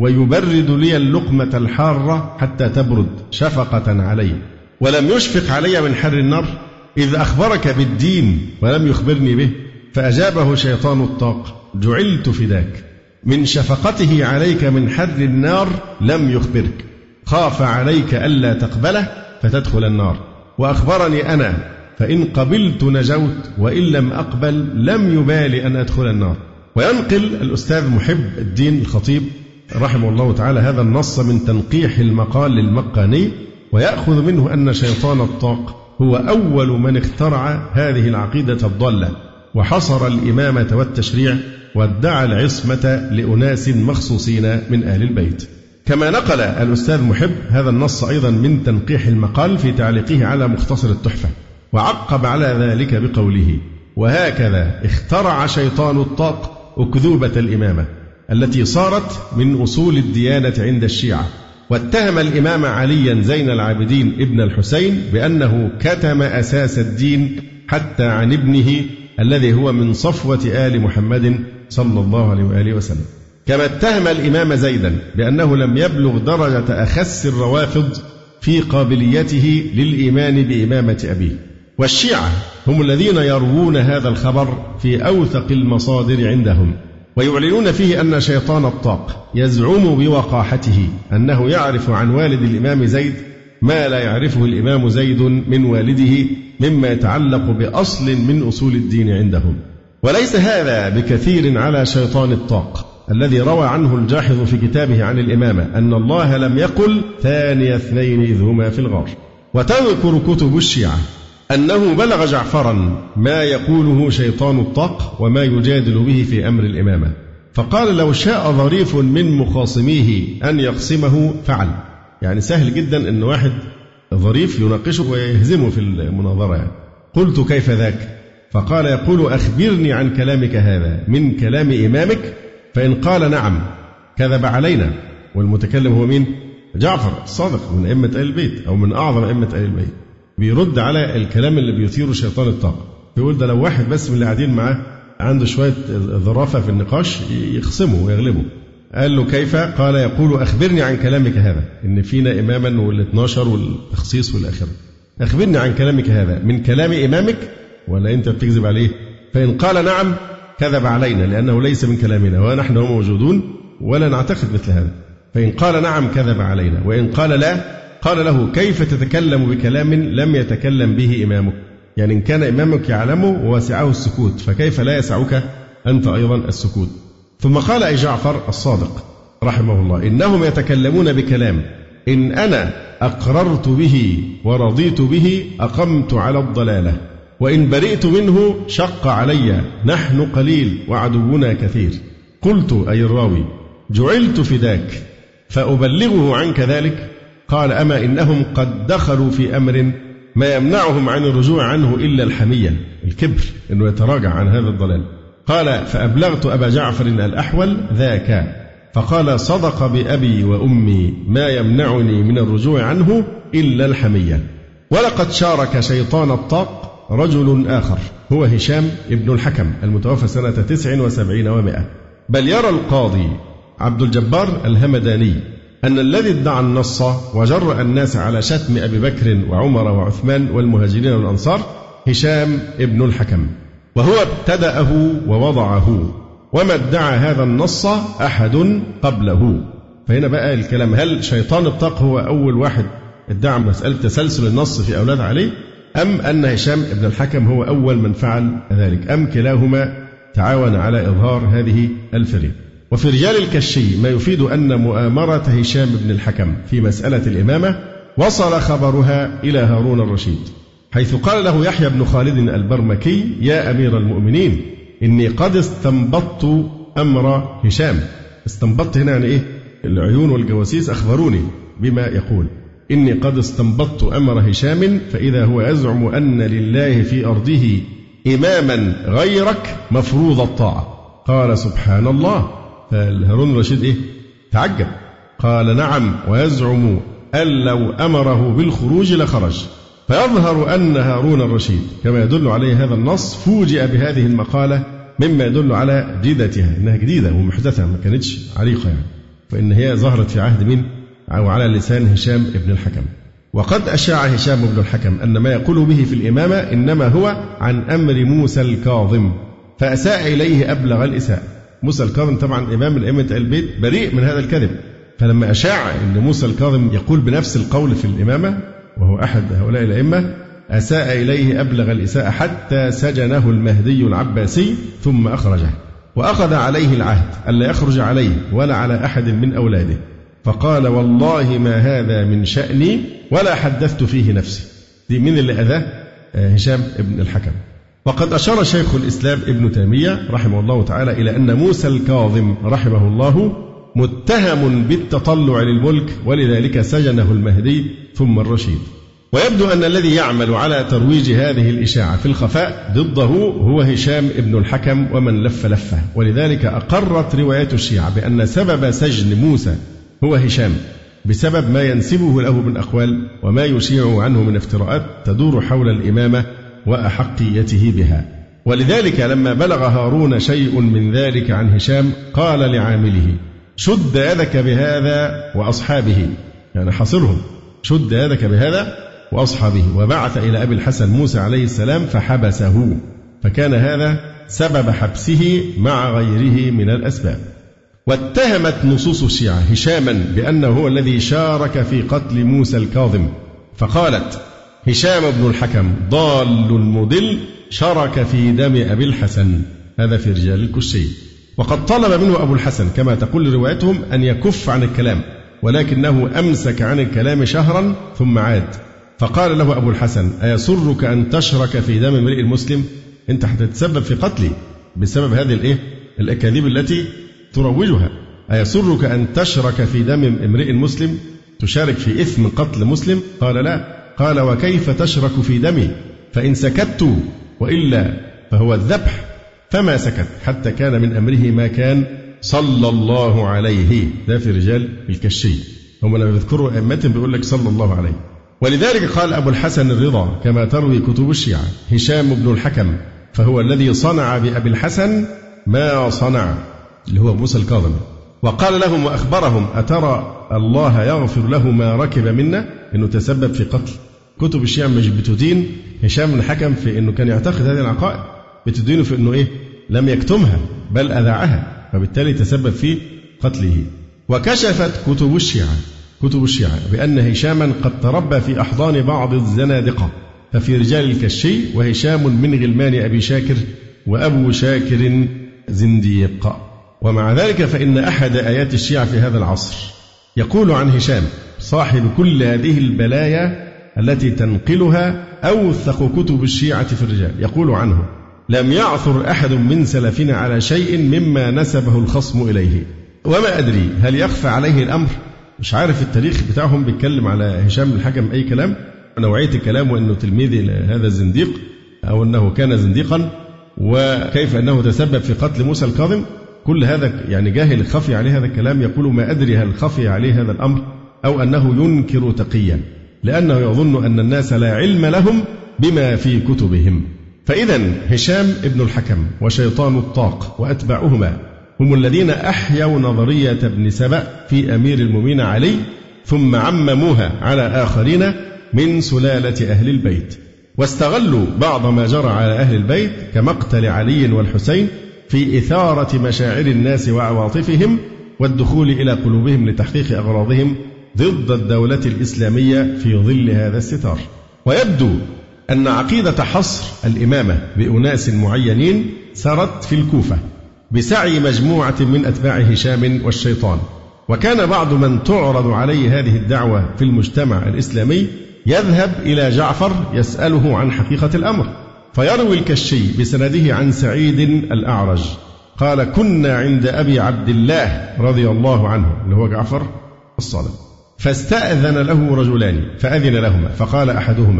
ويبرد لي اللقمة الحارة حتى تبرد شفقة علي، ولم يشفق علي من حر النار إذ أخبرك بالدين ولم يخبرني به. فأجابه شيطان الطاق جعلت فداك، من شفقته عليك من حر النار لم يخبرك، خاف عليك ألا تقبله فتدخل النار، وأخبرني أنا فإن قبلت نجوت وإن لم أقبل لم يبالي أن أدخل النار. وينقل الأستاذ محب الدين الخطيب رحمه الله تعالى هذا النص من تنقيح المقال للمقاني، ويأخذ منه أن شيطان الطاق هو أول من اخترع هذه العقيدة الضالة، وحصر الإمامة والتشريع وادعى العصمة لأناس مخصوصين من أهل البيت. كما نقل الأستاذ محب هذا النص أيضا من تنقيح المقال في تعليقه على مختصر التحفة، وعقب على ذلك بقوله وهكذا اخترع شيطان الطاق أكذوبة الإمامة التي صارت من أصول الديانة عند الشيعة، واتهم الإمام عليا زين العابدين ابن الحسين بأنه كتم أساس الدين حتى عن ابنه الذي هو من صفوة آل محمد صلى الله عليه وآله وسلم. كما اتهم الإمام زيدا بأنه لم يبلغ درجة أخس الروافض في قابليته للإيمان بإمامة أبيه. والشيعة هم الذين يروون هذا الخبر في أوثق المصادر عندهم، ويعلنون فيه أن شيطان الطاق يزعم بوقاحته أنه يعرف عن والد الإمام زيد ما لا يعرفه الإمام زيد من والده مما يتعلق بأصل من أصول الدين عندهم. وليس هذا بكثير على شيطان الطاق الذي روى عنه الجاحظ في كتابه عن الإمامة أن الله لم يقل ثاني اثنين إذ هما في الغار. وتذكر كتب الشيعة أنه بلغ جعفرا ما يقوله شيطان الطاق وما يجادل به في أمر الإمامة، فقال لو شاء ظريف من مخاصميه أن يقسمه فعل. يعني سهل جدا أن واحد ظريف يناقشه ويهزمه في المناظرة يعني. قلت كيف ذاك؟ فقال يقول أخبرني عن كلامك هذا من كلام إمامك، فإن قال نعم كذب علينا. والمتكلم هو مين؟ جعفر الصادق من أئمة آل البيت أو من أعظم أئمة آل البيت، بيرد على الكلام اللي بيثيره شيطان الطاق. بيقول ده لو واحد بس من اللي قاعدين معاه عنده شوية ظرافة في النقاش يخصمه ويغلبه. قال له كيف؟ قال يقول أخبرني عن كلامك هذا إن فينا إماما والاثناشر والتخصيص والآخرة. أخبرني عن كلامك هذا من كلام إمامك ولا أنت بتكذب عليه؟ فإن قال نعم كذب علينا لأنه ليس من كلامنا ونحن موجودون ولا نعتقد مثل هذا. فإن قال نعم كذب علينا، وإن قال لا قال له كيف تتكلم بكلام لم يتكلم به إمامك؟ يعني إن كان إمامك يعلمه ووسعه السكوت فكيف لا يسعك أنت أيضا السكوت؟ ثم قال أي جعفر الصادق رحمه الله إنهم يتكلمون بكلام إن أنا أقررت به ورضيت به أقمت على الضلالة، وإن برئت منه شق علي، نحن قليل وعدونا كثير. قلت أي الراوي جعلت فداك فأبلغه عنك ذلك؟ قال أما إنهم قد دخلوا في أمر ما يمنعهم عن الرجوع عنه إلا الحمية، الكبر إنه يتراجع عن هذا الضلال. قال فأبلغت أبا جعفر الأحول ذاك، فقال صدق بأبي وأمي ما يمنعني من الرجوع عنه إلا الحمية. ولقد شارك شيطان الطاق رجل آخر هو هشام ابن الحكم المتوفى سنة تسع وسبعين ومائة، بل يرى القاضي عبد الجبار الهمداني أن الذي ادعى النص وجرأ الناس على شتم أبي بكر وعمر وعثمان والمهاجرين والأنصار هشام ابن الحكم، وهو ابتدأه ووضعه، وما ادعى هذا النص أحد قبله. فهنا بقى الكلام، هل شيطان الطاق هو أول واحد ادعى مسألة تسلسل النص في أولاد علي، أم أن هشام ابن الحكم هو أول من فعل ذلك، أم كلاهما تعاون على إظهار هذه الفريق؟ وفي رجال الكشي ما يفيد أن مؤامرة هشام بن الحكم في مسألة الإمامة وصل خبرها إلى هارون الرشيد، حيث قال له يحيى بن خالد البرمكي: يا أمير المؤمنين، إني قد استنبطت أمر هشام. استنبطت هنا يعني إيه؟ العيون والجواسيس أخبروني بما يقول. إني قد استنبطت أمر هشام فإذا هو يزعم أن لله في أرضه إماما غيرك مفروض الطاعة. قال: سبحان الله. فهارون الرشيد إيه؟ تعجب. قال: نعم، ويزعم أن لو أمره بالخروج لخرج. فيظهر أن هارون الرشيد كما يدل عليه هذا النص فوجئ بهذه المقالة، مما يدل على جدتها، إنها جديدة ومحدثة ما كانتش عريقة يعني، فإن هي ظهرت في عهد من أو على لسان هشام بن الحكم. وقد أشاع هشام بن الحكم أن ما يقول به في الإمامة إنما هو عن أمر موسى الكاظم، فأساء إليه أبلغ الإساءة. موسى الكاظم طبعا إمام من أئمة البيت بريء من هذا الكذب، فلما أشاع أن موسى الكاظم يقول بنفس القول في الإمامة وهو أحد هؤلاء الأئمة، أساء إليه أبلغ الإساءة حتى سجنه المهدي العباسي ثم أخرجه، وأخذ عليه العهد ألا يخرج عليه ولا على أحد من أولاده، فقال: والله ما هذا من شأني ولا حدثت فيه نفسي. دي من اللي أذاه؟ هشام بن الحكم. وقد أشار شيخ الإسلام ابن تيمية رحمه الله تعالى إلى أن موسى الكاظم رحمه الله متهم بالتطلع للملك، ولذلك سجنه المهدي ثم الرشيد. ويبدو أن الذي يعمل على ترويج هذه الإشاعة في الخفاء ضده هو هشام ابن الحكم ومن لف لفه، ولذلك أقرت روايات الشيعة بأن سبب سجن موسى هو هشام بسبب ما ينسبه له من أقوال وما يشيع عنه من افتراءات تدور حول الإمامة وأحقيته بها. ولذلك لما بلغ هارون شيء من ذلك عن هشام قال لعامله: شد يدك بهذا وأصحابه، يعني حصرهم، شد يدك بهذا وأصحابه. وبعث إلى أبي الحسن موسى عليه السلام فحبسه، فكان هذا سبب حبسه مع غيره من الأسباب. واتهمت نصوص الشيعة هشاما بأنه هو الذي شارك في قتل موسى الكاظم، فقالت: هشام بن الحكم ضال مضل شارك في دم أبي الحسن. هذا في رجال الكشي. وقد طلب منه أبو الحسن كما تقول روايتهم أن يكف عن الكلام، ولكنه أمسك عن الكلام شهرا ثم عاد، فقال له أبو الحسن: أيسرك أن تشرك في دم امرئ مسلم؟ أنت هتتسبب في قتلي بسبب هذه الإيه؟ الأكاذيب التي تروجها. أيسرك أن تشرك في دم امرئ مسلم؟ تشارك في إثم قتل مسلم؟ قال: لا. قال: وكيف تشرك في دمي؟ فإن سكت وإلا فهو الذبح. فما سكت حتى كان من أمره ما كان صلى الله عليه. ده في رجال الكشي، هم لما يذكروا أئمة بيقول لك صلى الله عليه. ولذلك قال أبو الحسن الرضا كما تروي كتب الشيعة: هشام بن الحكم فهو الذي صنع بأبي الحسن ما صنع، اللي هو موسى الكاظم. وقال لهم وأخبرهم: أترى الله يغفر له ما ركب منا؟ إنه تسبب في قتل. كتب الشيعة مش بتدين هشام بن الحكم في إنه كان يعتقد هذه العقائد، بتدينه في إنه إيه؟ لم يكتمها بل أذاعها، فبالتالي تسبب في قتله. وكشفت كتب الشيعة كتب الشيعة بأن هشاما قد تربى في أحضان بعض الزنادقة، ففي رجال الكشي: وهشام من غلمان أبي شاكر وأبو شاكر زنديق. ومع ذلك فإن أحد آيات الشيعة في هذا العصر يقول عن هشام صاحب كل هذه البلايا التي تنقلها أوثق كتب الشيعة في الرجال، يقول عنه: لم يعثر أحد من سلفنا على شيء مما نسبه الخصم إليه. وما أدري هل يخفى عليه الأمر؟ مش عارف التاريخ بتاعهم بيتكلم على هشام الحكم أي كلام، نوعية الكلام، وأنه تلميذ لهذا الزنديق أو أنه كان زنديقا، وكيف أنه تسبب في قتل موسى الكاظم. كل هذا يعني جاهل خفي عليه هذا الكلام، يقول: ما أدري هل خفي عليه هذا الأمر أو أنه ينكر تقيا، لأنه يظن أن الناس لا علم لهم بما في كتبهم. فإذا هشام ابن الحكم وشيطان الطاق وأتباعهما هم الذين أحيوا نظرية ابن سبأ في أمير المؤمنين علي، ثم عمموها على آخرين من سلالة أهل البيت، واستغلوا بعض ما جرى على أهل البيت كمقتل علي والحسين في إثارة مشاعر الناس وعواطفهم والدخول إلى قلوبهم لتحقيق أغراضهم ضد الدولة الإسلامية في ظل هذا الستار. ويبدو أن عقيدة حصر الإمامة بأناس معينين سرت في الكوفة، بسعي مجموعة من أتباع هشام والشيطان. وكان بعض من تعرض عليه هذه الدعوة في المجتمع الإسلامي يذهب إلى جعفر يسأله عن حقيقة الأمر، فيروي الكشي بسنده عن سعيد الأعرج قال: كنا عند أبي عبد الله رضي الله عنه اللي هو جعفر الصادق، فاستأذن له رجلان فأذن لهما، فقال أحدهما: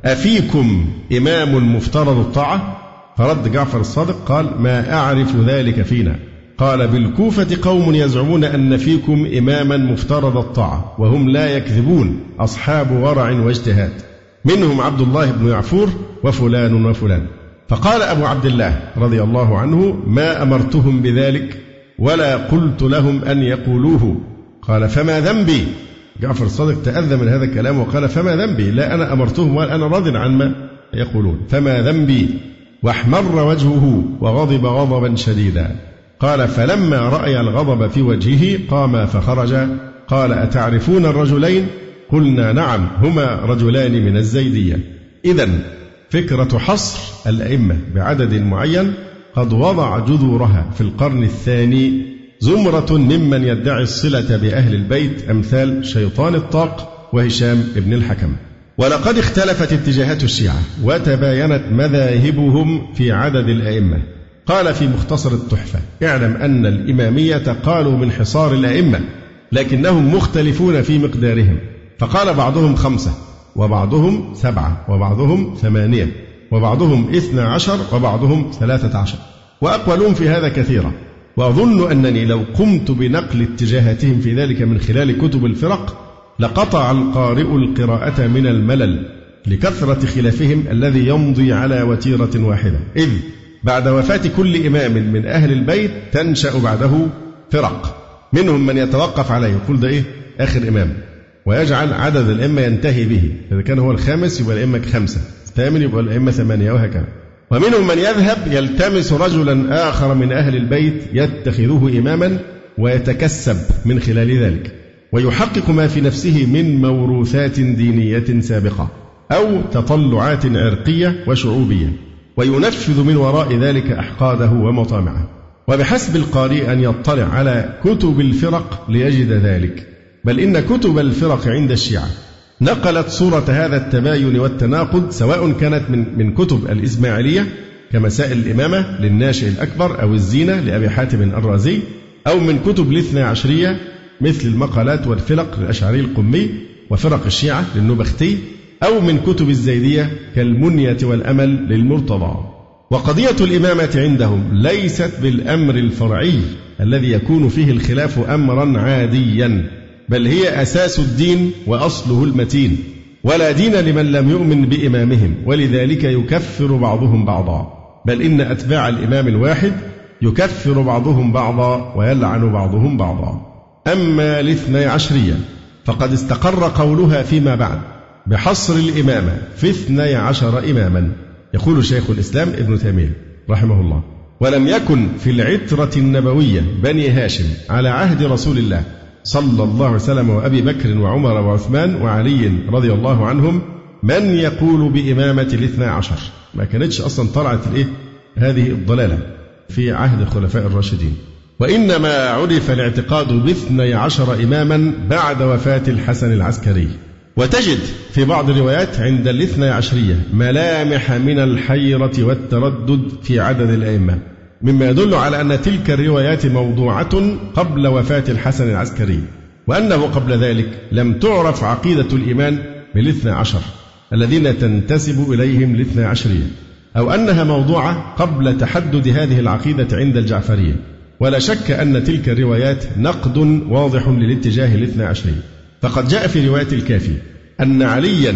أفيكم إمام مفترض الطاعة؟ فرد جعفر الصادق قال: ما أعرف ذلك فينا. قال: بالكوفة قوم يزعمون أن فيكم إماما مفترض الطاعة وهم لا يكذبون، أصحاب ورع واجتهاد، منهم عبد الله بن يعفور وفلان وفلان. فقال أبو عبد الله رضي الله عنه: ما أمرتهم بذلك ولا قلت لهم أن يقولوه. قال: فما ذنبي؟ جعفر الصادق تأذى من هذا الكلام وقال: فما ذنبي؟ لا أنا أمرتهم ولا أنا راض عن ما يقولون، فما ذنبي؟ واحمر وجهه وغضب غضبا شديدا. قال: فلما رأي الغضب في وجهه قام فخرج. قال: أتعرفون الرجلين؟ قلنا: نعم، هما رجلان من الزيدية. إذن فكرة حصر الأئمة بعدد معين قد وضع جذورها في القرن الثاني زمرة ممن يدعي الصلة بأهل البيت أمثال شيطان الطاق وهشام بن الحكم. ولقد اختلفت اتجاهات الشيعة وتباينت مذاهبهم في عدد الأئمة. قال في مختصر التحفة: اعلم أن الإمامية قالوا من حصار الأئمة، لكنهم مختلفون في مقدارهم، فقال بعضهم خمسة وبعضهم سبعة وبعضهم ثمانية وبعضهم اثنى عشر وبعضهم ثلاثة عشر، وأقوالهم في هذا كثيرة. وأظن أنني لو قمت بنقل اتجاهاتهم في ذلك من خلال كتب الفرق لقطع القارئ القراءة من الملل لكثرة خلافهم الذي يمضي على وتيرة واحدة، إذ بعد وفاة كل إمام من أهل البيت تنشأ بعده فرق، منهم من يتوقف عليه يقول ده إيه آخر إمام، ويجعل عدد الأئمة ينتهي به، إذا كان هو الخامس يبقى الأئمة خمسة، الثامن يبقى الأئمة ثمانية، وهكذا. ومنهم من يذهب يلتمس رجلا آخر من أهل البيت يتخذه إماما ويتكسب من خلال ذلك ويحقق ما في نفسه من موروثات دينية سابقة أو تطلعات عرقية وشعوبية، وينفذ من وراء ذلك أحقاده ومطامعه. وبحسب القارئ أن يطلع على كتب الفرق ليجد ذلك، بل إن كتب الفرق عند الشيعة نقلت صورة هذا التباين والتناقض، سواء كانت من من كتب الإسماعيلية كمسائل الإمامة للناشئ الأكبر أو الزينة لأبي حاتم الرازي، أو من كتب الاثنى عشرية مثل المقالات والفرق للأشعري القمي وفرق الشيعة للنبختي، أو من كتب الزيدية كالمنية والأمل للمرتضى. وقضية الإمامة عندهم ليست بالأمر الفرعي الذي يكون فيه الخلاف أمرا عاديا، بل هي أساس الدين وأصله المتين، ولا دين لمن لم يؤمن بإمامهم، ولذلك يكفر بعضهم بعضا، بل إن أتباع الإمام الواحد يكفر بعضهم بعضا ويلعن بعضهم بعضا. أما الاثني عشرية فقد استقر قولها فيما بعد بحصر الإمامة في اثني عشر إماما، يقول شيخ الإسلام ابن تيمية رحمه الله: ولم يكن في العترة النبوية بني هاشم على عهد رسول الله صلى الله عليه وسلم وأبي بكر وعمر وعثمان وعلي رضي الله عنهم من يقول بإمامة الاثنى عشر. ما كانتش أصلا طلعت الإيه هذه الضلالة في عهد الخلفاء الراشدين، وإنما عرف الاعتقاد باثني عشر إماما بعد وفاة الحسن العسكري. وتجد في بعض الروايات عند الاثني عشرية ملامح من الحيرة والتردد في عدد الأئمة، مما يدل على أن تلك الروايات موضوعة قبل وفاة الحسن العسكري، وأنه قبل ذلك لم تعرف عقيدة الإيمان بالاثنى عشر الذين تنتسب إليهم الاثنى عشرية، أو أنها موضوعة قبل تحدد هذه العقيدة عند الجعفرية. ولا شك أن تلك الروايات نقد واضح للاتجاه الاثنى عشري، فقد جاء في رواية الكافي أن عليا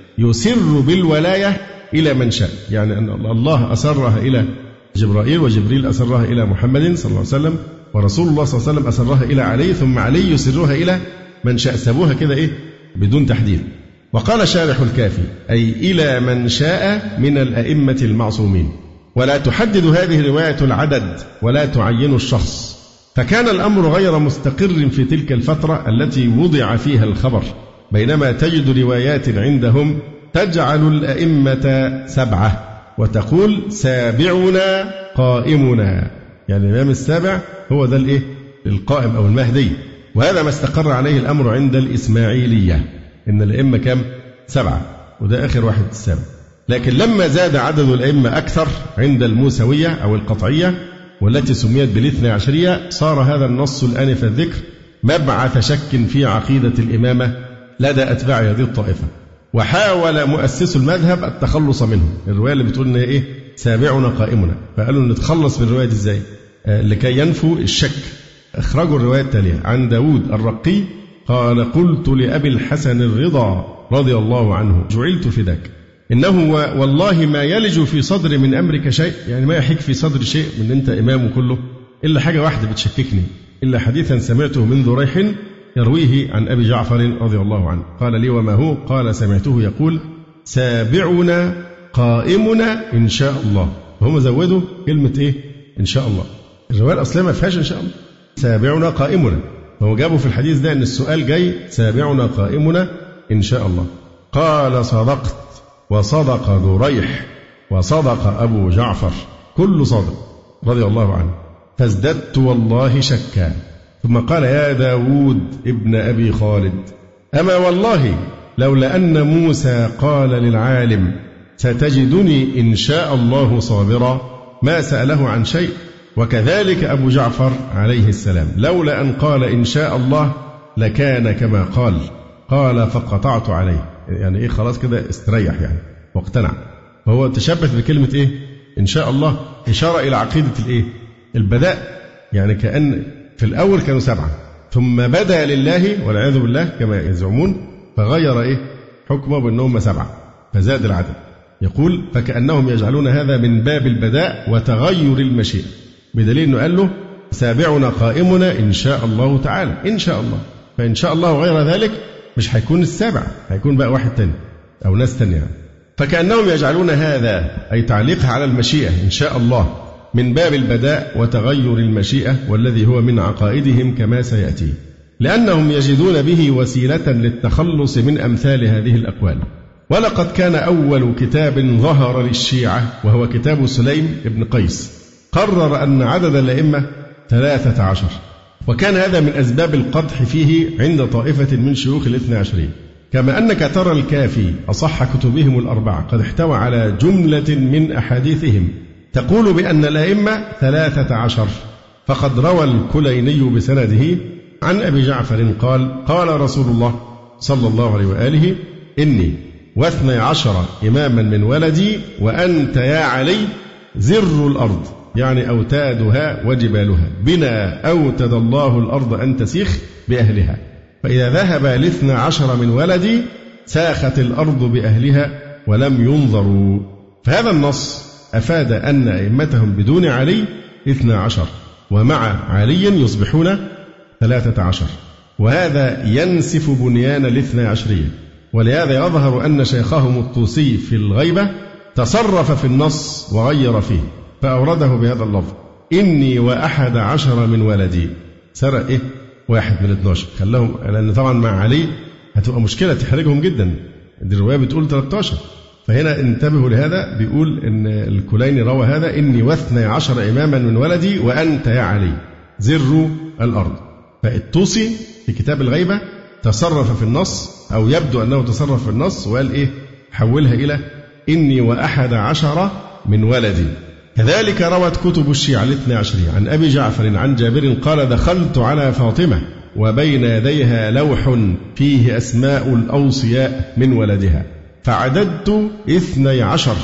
يسر بالولاية إلى من شاء، يعني أن الله أسرها إلى جبرائيل وجبريل أسرها إلى محمد صلى الله عليه وسلم ورسول الله صلى الله عليه وسلم أسرها إلى علي، ثم علي يسرها إلى من شاء، سابوها كده إيه بدون تحديد. وقال شارح الكافي أي إلى من شاء من الأئمة المعصومين، ولا تحدد هذه الرواية العدد ولا تعين الشخص، فكان الأمر غير مستقر في تلك الفترة التي وضع فيها الخبر، بينما تجد روايات عندهم تجعل الأئمة سبعة وتقول سابعنا قائمنا، يعني الإمام السابع هو ده الإيه؟ القائم أو المهدي. وهذا ما استقر عليه الأمر عند الإسماعيلية، إن الأئمة كم؟ سبعة، وده آخر واحد السابع. لكن لما زاد عدد الأئمة أكثر عند الموسوية أو القطعية والتي سميت بالاثنى عشرية، صار هذا النص الآنف الذكر مبعث شك في عقيدة الإمامة لدى أتباع هذه الطائفة. وحاول مؤسس المذهب التخلص منه. الرواية اللي بتقول إن إيه؟ سابعنا قائمنا، فقالوا نتخلص من الرواية دي إزاي؟ آه لكي ينفوا الشك. أخرجوا الرواية التالية عن داود الرقي قال: قلت لأبي الحسن الرضا رضي الله عنه: جعلت فداك، إنه والله ما يلج في صدر من أمرك شيء، يعني ما يحيك في صدر شيء من أنت إمام كله، إلا حاجة واحدة بتشككني، إلا حديثا سمعته من ذريح يرويه عن أبي جعفر رضي الله عنه. قال لي: وما هو؟ قال: سمعته يقول: سابعنا قائمنا إن شاء الله. وهم زودوا كلمة إيه؟ إن شاء الله. الرواية الأصلية ما فيهاش إن شاء الله، سابعنا قائمنا. فهو جابوا في الحديث ده إن السؤال جاي سابعنا قائمنا إن شاء الله. قال: صدقت، وصدق ذريح، وصدق أبو جعفر، كل صادق رضي الله عنه. فازددت والله شكا. ثم قال: يا داود ابن أبي خالد، أما والله لولا أن موسى قال للعالم ستجدني إن شاء الله صابرا ما سأله عن شيء، وكذلك أبو جعفر عليه السلام لولا أن قال إن شاء الله لكان كما قال. قال: فقطعت عليه. يعني إيه؟ خلاص كده استريح يعني واقتنع. فهو تشبث بكلمة إيه؟ إن شاء الله، إشارة إلى عقيدة الإيه؟ البداء. يعني كأن في الأول كانوا سبعة ثم بدا لله والعياذ بالله كما يزعمون، فغير إيه؟ حكمه بأنهم سبعة فزاد العدد. يقول: فكأنهم يجعلون هذا من باب البداء وتغير المشيئة، بدليل أنه قال له سابعنا قائمنا إن شاء الله تعالى، إن شاء الله، فإن شاء الله غير ذلك مش هيكون السابع، هيكون بقى واحد تاني أو ناس تانية. فكأنهم يجعلون هذا أي تعليقها على المشيئة إن شاء الله من باب البداء وتغير المشيئة، والذي هو من عقائدهم كما سيأتي، لأنهم يجدون به وسيلة للتخلص من أمثال هذه الأقوال. ولقد كان أول كتاب ظهر للشيعة وهو كتاب سليم بن قيس قرر أن عدد الأئمة ثلاثة عشر، وكان هذا من أسباب القدح فيه عند طائفة من شيوخ الاثنى عشرية. كما أنك ترى الكافي أصح كتبهم الأربعة قد احتوى على جملة من أحاديثهم تقول بأن الأئمة ثلاثة عشر. فقد روى الكليني بسنده عن أبي جعفر قال: قال رسول الله صلى الله عليه وآله: إني واثني عشر إماما من ولدي وأنت يا علي زر الأرض، يعني أوتادها وجبالها، بنا أوتد الله الأرض أن تسيخ بأهلها، فإذا ذهب الاثنى عشر من ولدي ساخت الأرض بأهلها ولم ينظروا. فهذا النص أفاد أن أئمتهم بدون علي اثنى عشر، ومع علي يصبحون ثلاثة عشر، وهذا ينسف بنيان الاثنى عشرية. ولهذا يظهر أن شيخهم الطوسي في الغيبة تصرف في النص وغير فيه، فأورده بهذا اللفظ: إني وأحد عشر من ولدي. سرق إيه؟ واحد من اثناشر، خلاهم، لأن طبعا مع علي هتبقى مشكلة تحرجهم جدا. دي الرواية بتقول ثلاثة عشر، فهنا انتبهوا لهذا. بيقول إن الكليني روى هذا: إني واثني عشر إماما من ولدي وأنت يا علي زر الأرض. فالطوسي في كتاب الغيبة تصرف في النص، أو يبدو أنه تصرف في النص وقال إيه؟ حولها إلى إني وأحد عشر من ولدي. كذلك روت كتب الشيعة الاثنى عشرية عن أبي جعفر عن جابر قال: دخلت على فاطمة وبين يديها لوح فيه أسماء الأوصياء من ولدها، فعددت اثني عشر،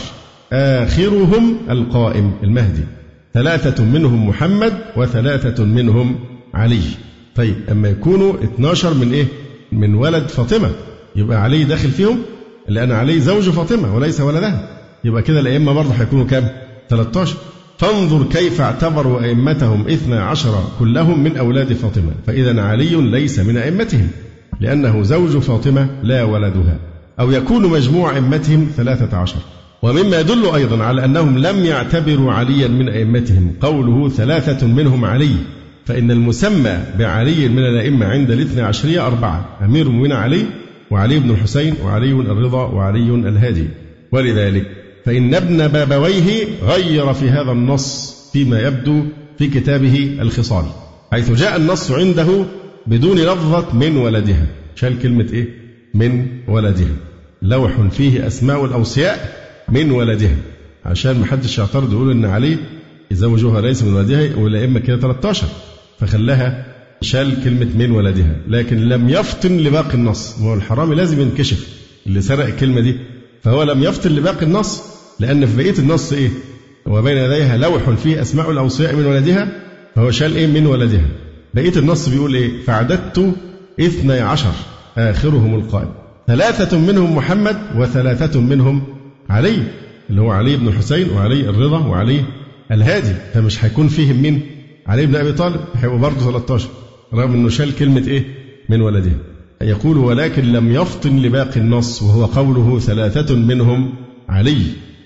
آخرهم القائم المهدي، ثلاثة منهم محمد وثلاثة منهم علي. طيب أما يكونوا اثناشر من إيه؟ من ولد فاطمة، يبقى علي داخل فيهم، لأن علي زوج فاطمة وليس ولدها، يبقى كده الأئمة برضه هيكونوا كام؟ ثلاثة عشر. فانظر كيف اعتبروا أئمتهم اثنى عشر كلهم من أولاد فاطمة، فإذا علي ليس من أئمتهم لأنه زوج فاطمة لا ولدها، أو يكون مجموع أئمتهم ثلاثة عشر. ومما يدل أيضا على أنهم لم يعتبروا عليا من أئمتهم قوله ثلاثة منهم علي، فإن المسمى بعلي من الأئمة عند الاثنى عشرية أربعة: أمير المؤمنين علي، وعلي بن الحسين، وعلي الرضا، وعلي الهادي. ولذلك فإن ابن بابويه غير في هذا النص فيما يبدو في كتابه الخصال، حيث جاء النص عنده بدون لفظة من ولدها، شال كلمة إيه؟ من ولدها. لوح فيه أسماء الأوصياء من ولدها، عشان محدش يعترض يقول إن علي يزوجها ليس من ولدها، والأئمة كده ثلاثة عشر، فخلاها شال كلمة من ولدها، لكن لم يفطن لباقي النص. هو الحرامي لازم ينكشف اللي سرق الكلمة دي، فهو لم يفطن لباقي النص، لأن في بقية النص إيه؟ وبين يديها لوح فيه أسماء الأوصياء من ولدها، فهو شال إيه؟ من ولدها. بقية النص بيقول إيه؟ فعددت اثني عشر آخرهم القائم، ثلاثة منهم محمد وثلاثة منهم علي، اللي هو علي بن الحسين وعلي الرضا وعلي الهادي، فمش هيكون فيهم مين؟ علي بن أبي طالب، هيبقوا برضه ثلاثة عشر، رغم أنه شال كلمة إيه؟ من ولدها. يقول ولكن لم يفطن لباقي النص، وهو قوله ثلاثة منهم علي،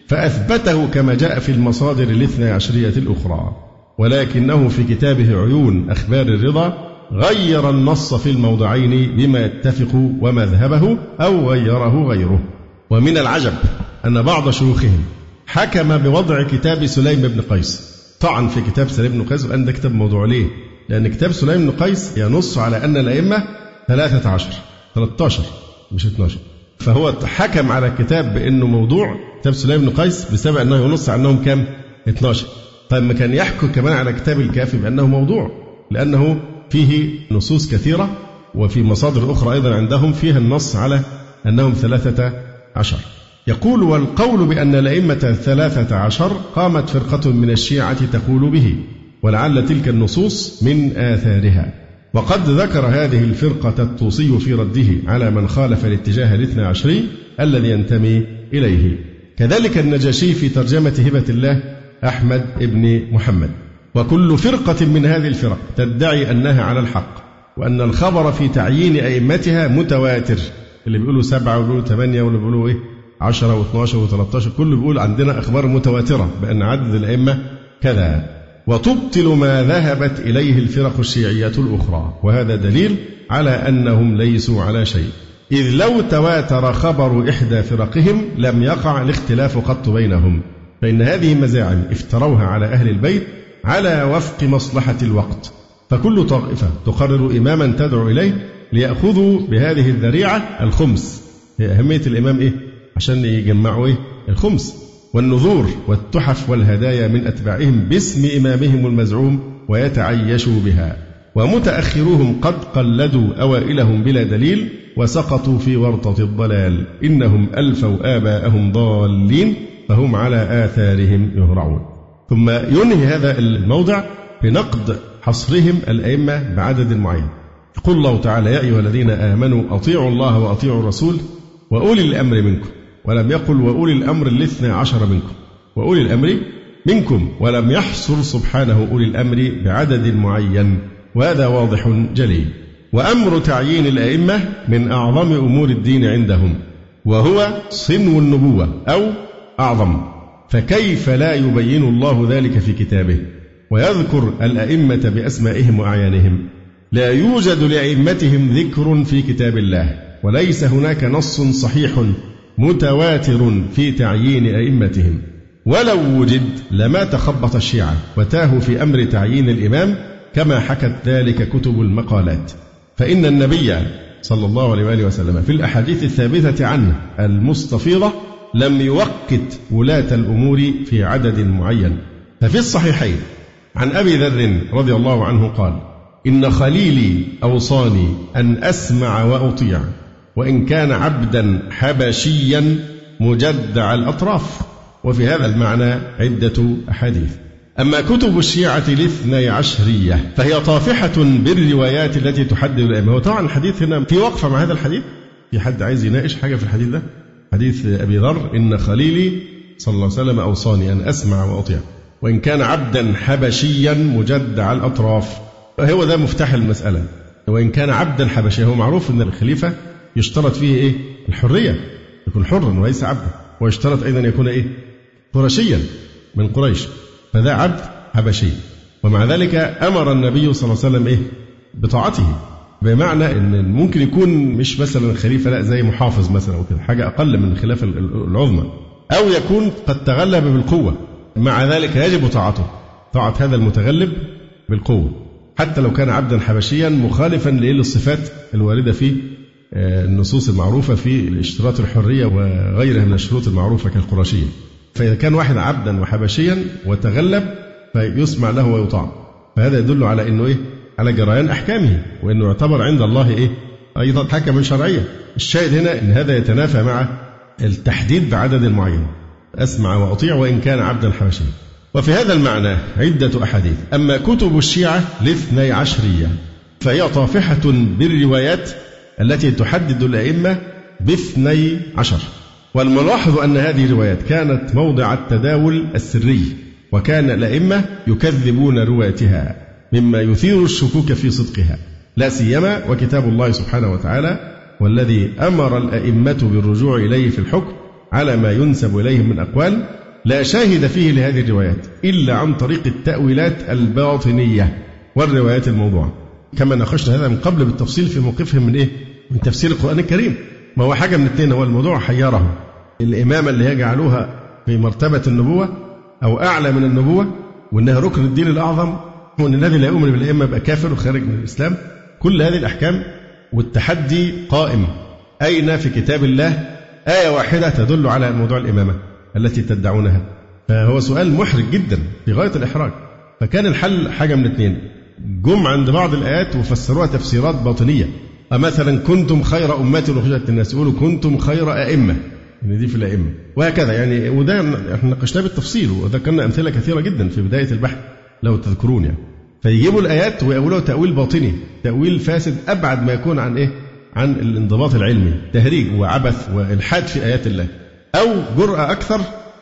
فأثبته كما جاء في المصادر الاثنى عشرية الأخرى، ولكنه في كتابه عيون أخبار الرضا غير النص في الموضعين بما يتفق ومذهبه أو غيره غيره. ومن العجب أن بعض شيوخهم حكم بوضع كتاب سليم بن قيس، طعن في كتاب سليم بن قيس وأن ده كتاب موضوع. ليه؟ لأن كتاب سليم بن قيس ينص على أن الأئمة ثلاثة عشر، ثلاثة عشر مش اثني عشر، فهو حكم على الكتاب بأنه موضوع، كتاب سليم بن قيس، بسبب أنه ينص على أنهم كام؟ اثني عشر. طيب ما كان يحكم كمان على كتاب الكافي بأنه موضوع، لأنه فيه نصوص كثيرة، وفي مصادر أخرى أيضا عندهم فيها النص على أنهم ثلاثة عشر. يقول والقول بأن الأئمة ثلاثة عشر قامت فرقة من الشيعة تقول به، ولعل تلك النصوص من آثارها. وقد ذكر هذه الفرقة الطوسي في رده على من خالف الاتجاه الاثنى عشري الذي ينتمي إليه. كذلك النجاشي في ترجمة هبة الله أحمد ابن محمد. وكل فرقة من هذه الفرق تدعي أنها على الحق، وأن الخبر في تعيين أئمتها متواتر، اللي بيقولوا سبعة واللي بيقولوا ثمانية واللي بيقولوا إيه عشرة واثنى عشر وثلاثة عشر، كله بيقول عندنا أخبار متواترة بأن عدد الأئمة كذا، وتبطل ما ذهبت إليه الفرق الشيعية الأخرى، وهذا دليل على أنهم ليسوا على شيء، إذ لو تواتر خبر إحدى فرقهم لم يقع الاختلاف قط بينهم، فإن هذه مزاعم افتروها على أهل البيت على وفق مصلحة الوقت، فكل طائفة تقرر إماما تدعو إليه ليأخذوا بهذه الذريعة الخمس. هي أهمية الإمام إيه؟ عشان يجمعوا إيه؟ الخمس، والنذور والتحف والهدايا من أتباعهم باسم إمامهم المزعوم ويتعيشوا بها. ومتأخروهم قد قلدوا أوائلهم بلا دليل وسقطوا في ورطة الضلال، إنهم ألفوا آباءهم ضالين فهم على آثارهم يهرعون. ثم ينهي هذا الموضع بنقد حصرهم الأئمة بعدد معين. يقول الله تعالى يا أيها الذين آمنوا أطيعوا الله وأطيعوا الرسول وأولي الأمر منكم، ولم يقل وأولي الأمر الاثنى عشر منكم، وأولي الأمر منكم، ولم يحصر سبحانه أولي الأمر بعدد معين، وهذا واضح جلي. وأمر تعيين الأئمة من أعظم أمور الدين عندهم، وهو صنو النبوة أو أعظم، فكيف لا يبين الله ذلك في كتابه ويذكر الأئمة بأسمائهم وأعيانهم؟ لا يوجد لأئمتهم ذكر في كتاب الله، وليس هناك نص صحيح متواتر في تعيين أئمتهم، ولو وجد لما تخبط الشيعة وتاهوا في أمر تعيين الإمام كما حكت ذلك كتب المقالات. فإن النبي صلى الله عليه وآله وسلم في الأحاديث الثابتة عنه المستفيضة لم يوقت ولاة الأمور في عدد معين. ففي الصحيحين عن أبي ذر رضي الله عنه قال إن خليلي أوصاني أن أسمع وأطيع وإن كان عبدا حبشيا مجدع الأطراف. وفي هذا المعنى عدة أحاديث. أما كتب الشيعة الاثني عشرية فهي طافحة بالروايات التي تحدد الأئمة. وطبعا الحديث هنا في وقفة مع هذا الحديث، في حد عايز يناقش حاجة في الحديث ده؟ حديث أبي ذر إن خليلي صلى الله عليه وسلم أوصاني أن أسمع وأطيع وإن كان عبدا حبشيا مجدع الأطراف. هو ده مفتاح المسألة، وإن كان عبدا حبشيا. هو معروف أن الخليفة يشترط فيه إيه؟ الحرية، يكون حرا وليس عبدا، ويشترط أيضا يكون إيه؟ قرشيا من قريش، فذا عبد حبشي. ومع ذلك أمر النبي صلى الله عليه وسلم إيه؟ بطاعته، بمعنى أن ممكن يكون مش مثلا خليفة، لا زي محافظ مثلا أو كده، حاجة أقل من الخلافة العظمى، أو يكون قد تغلب بالقوة، مع ذلك يجب طاعته. طاعة هذا المتغلب بالقوة، حتى لو كان عبدا حبشيا مخالفا للصفات الواردة في النصوص المعروفة في الاشتراط الحرية وغيرها من الشروط المعروفة كالقرشية. فإذا كان واحد عبدا وحبشيا وتغلب فيسمع له ويطاع، فهذا يدل على أنه إيه؟ على جريان أحكامه، وأنه يعتبر عند الله إيه؟ أيضا حكما شرعيا. الشاهد هنا أن هذا يتنافى مع التحديد بعدد معين، أسمع وأطيع وإن كان عبدا حبشيا. وفي هذا المعنى عدة أحاديث. أما كتب الشيعة الاثني عشرية فهي طافحة بالروايات التي تحدد الأئمة باثني عشر، والملاحظ أن هذه الروايات كانت موضع التداول السري، وكان الأئمة يكذبون رواتها مما يثير الشكوك في صدقها، لا سيما وكتاب الله سبحانه وتعالى والذي أمر الأئمة بالرجوع إليه في الحكم على ما ينسب إليهم من أقوال لا شاهد فيه لهذه الروايات إلا عن طريق التأويلات الباطنية والروايات الموضوعة، كما ناقشنا هذا من قبل بالتفصيل في موقفهم من إيه؟ من تفسير القرآن الكريم. ما هو حاجة من الاثنين، هو الموضوع حيرهم، الإمامة اللي يجعلوها في مرتبة النبوة أو أعلى من النبوة، وأنها ركن الدين الأعظم، وأن الذي لا يؤمن بالأئمة يبقى كافر وخارج من الإسلام. كل هذه الأحكام والتحدي قائم. أين في كتاب الله آية واحدة تدل على موضوع الإمامة التي تدعونها؟ فهو سؤال محرج جدا في غاية الإحراج. فكان الحل حاجة من اثنين، جم عند بعض الآيات وفسروها تفسيرات باطنية، مثلا كنتم خير أمة أخرجت للناس، يقولوا كنتم خير أئمة، يعني دي في الأئمة، وهكذا يعني. وده احنا ناقشناه بالتفصيل وذكرنا أمثلة كثيرة جدا في بداية البحث لو تذكرون يعني. فيجيبوا الآيات ويقولوا تأويل باطني، تأويل فاسد أبعد ما يكون عن إيه؟ عن الانضباط العلمي، تهريج وعبث وإلحاد في آيات الله. أو جرأة أكثر،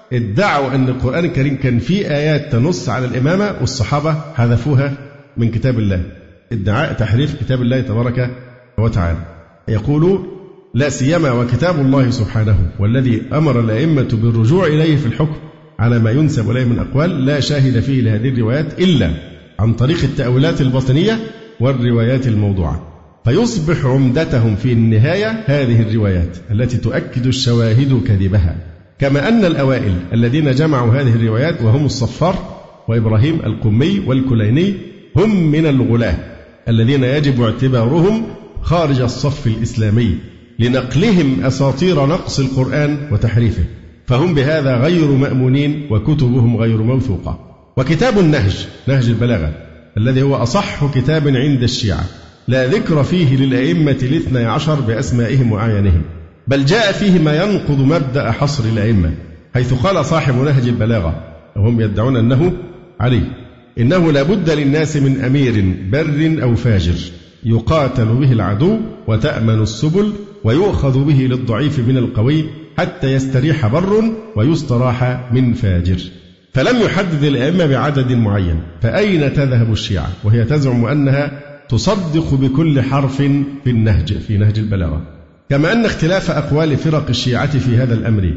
ادعوا أن القرآن الكريم كان فيه آيات تنص على الإمامة والصحابة حذفوها من كتاب الله، ادعاء تحريف كتاب الله تبارك وتعالى. يقول لا سيما وكتاب الله سبحانه والذي أمر الأئمة بالرجوع إليه في الحكم على ما ينسب إليه من أقوال لا شاهد فيه لهذه الروايات إلا عن طريق التأويلات الباطنية والروايات الموضوعة، فيصبح عمدتهم في النهاية هذه الروايات التي تؤكد الشواهد كذبها. كما أن الأوائل الذين جمعوا هذه الروايات وهم الصفار وإبراهيم القمي والكليني هم من الغلاة الذين يجب اعتبارهم خارج الصف الإسلامي لنقلهم أساطير نقص القرآن وتحريفه، فهم بهذا غير مأمونين وكتبهم غير موثوقة. وكتاب النهج، نهج البلاغة، الذي هو أصح كتاب عند الشيعة، لا ذكر فيه للأئمة الاثني عشر بأسمائهم وأعيانهم، بل جاء فيه ما ينقض مبدأ حصر الأئمة، حيث قال صاحب نهج البلاغة وهم يدعون أنه علي: إنه لا بد للناس من أمير بر أو فاجر يقاتل به العدو وتأمن السبل ويؤخذ به للضعيف من القوي حتى يستريح بر ويستراح من فاجر. فلم يحدد الأئمة بعدد معين، فأين تذهب الشيعة وهي تزعم أنها تصدق بكل حرف في النهج في نهج البلاغة؟ كما أن اختلاف أقوال فرق الشيعة في هذا الأمر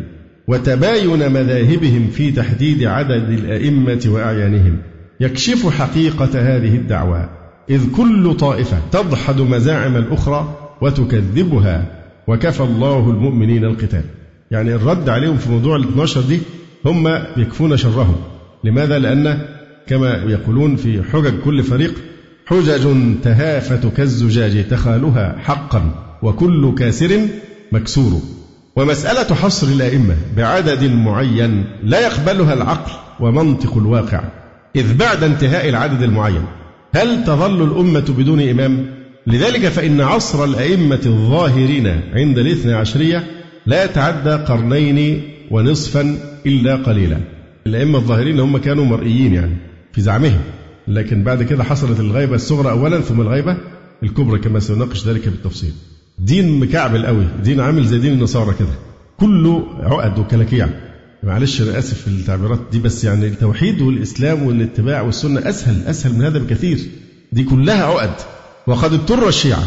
وتباين مذاهبهم في تحديد عدد الأئمة وأعيانهم يكشف حقيقة هذه الدعوى، إذ كل طائفة تدحض مزاعم الأخرى وتكذبها، وكفى الله المؤمنين القتال. يعني الرد عليهم في موضوع الاثني عشر دي هم يكفون شرهم. لماذا؟ لأن كما يقولون في حجج كل فريق: حجج تهافت كالزجاج تخالها حقا وكل كاسر مكسور. ومسألة حصر الأئمة بعدد معين لا يقبلها العقل ومنطق الواقع، إذ بعد انتهاء العدد المعين هل تظل الأمة بدون إمام؟ لذلك فإن عصر الأئمة الظاهرين عند الاثنى عشرية لا يتعدى قرنين ونصفا إلا قليلا. الأئمة الظاهرين هم كانوا مرئيين يعني في زعمهم، لكن بعد كده حصلت الغيبة الصغرى أولا ثم الغيبة الكبرى كما سنناقش ذلك بالتفصيل. دين مكعبل قوي، دين عامل زي دين النصارى كده، كله عقد وكلاكيع. معلش أنا آسف في التعبيرات دي، بس يعني التوحيد والإسلام والاتباع والسنة أسهل أسهل من هذا بكثير، دي كلها عقد. وقد اضطر الشيعة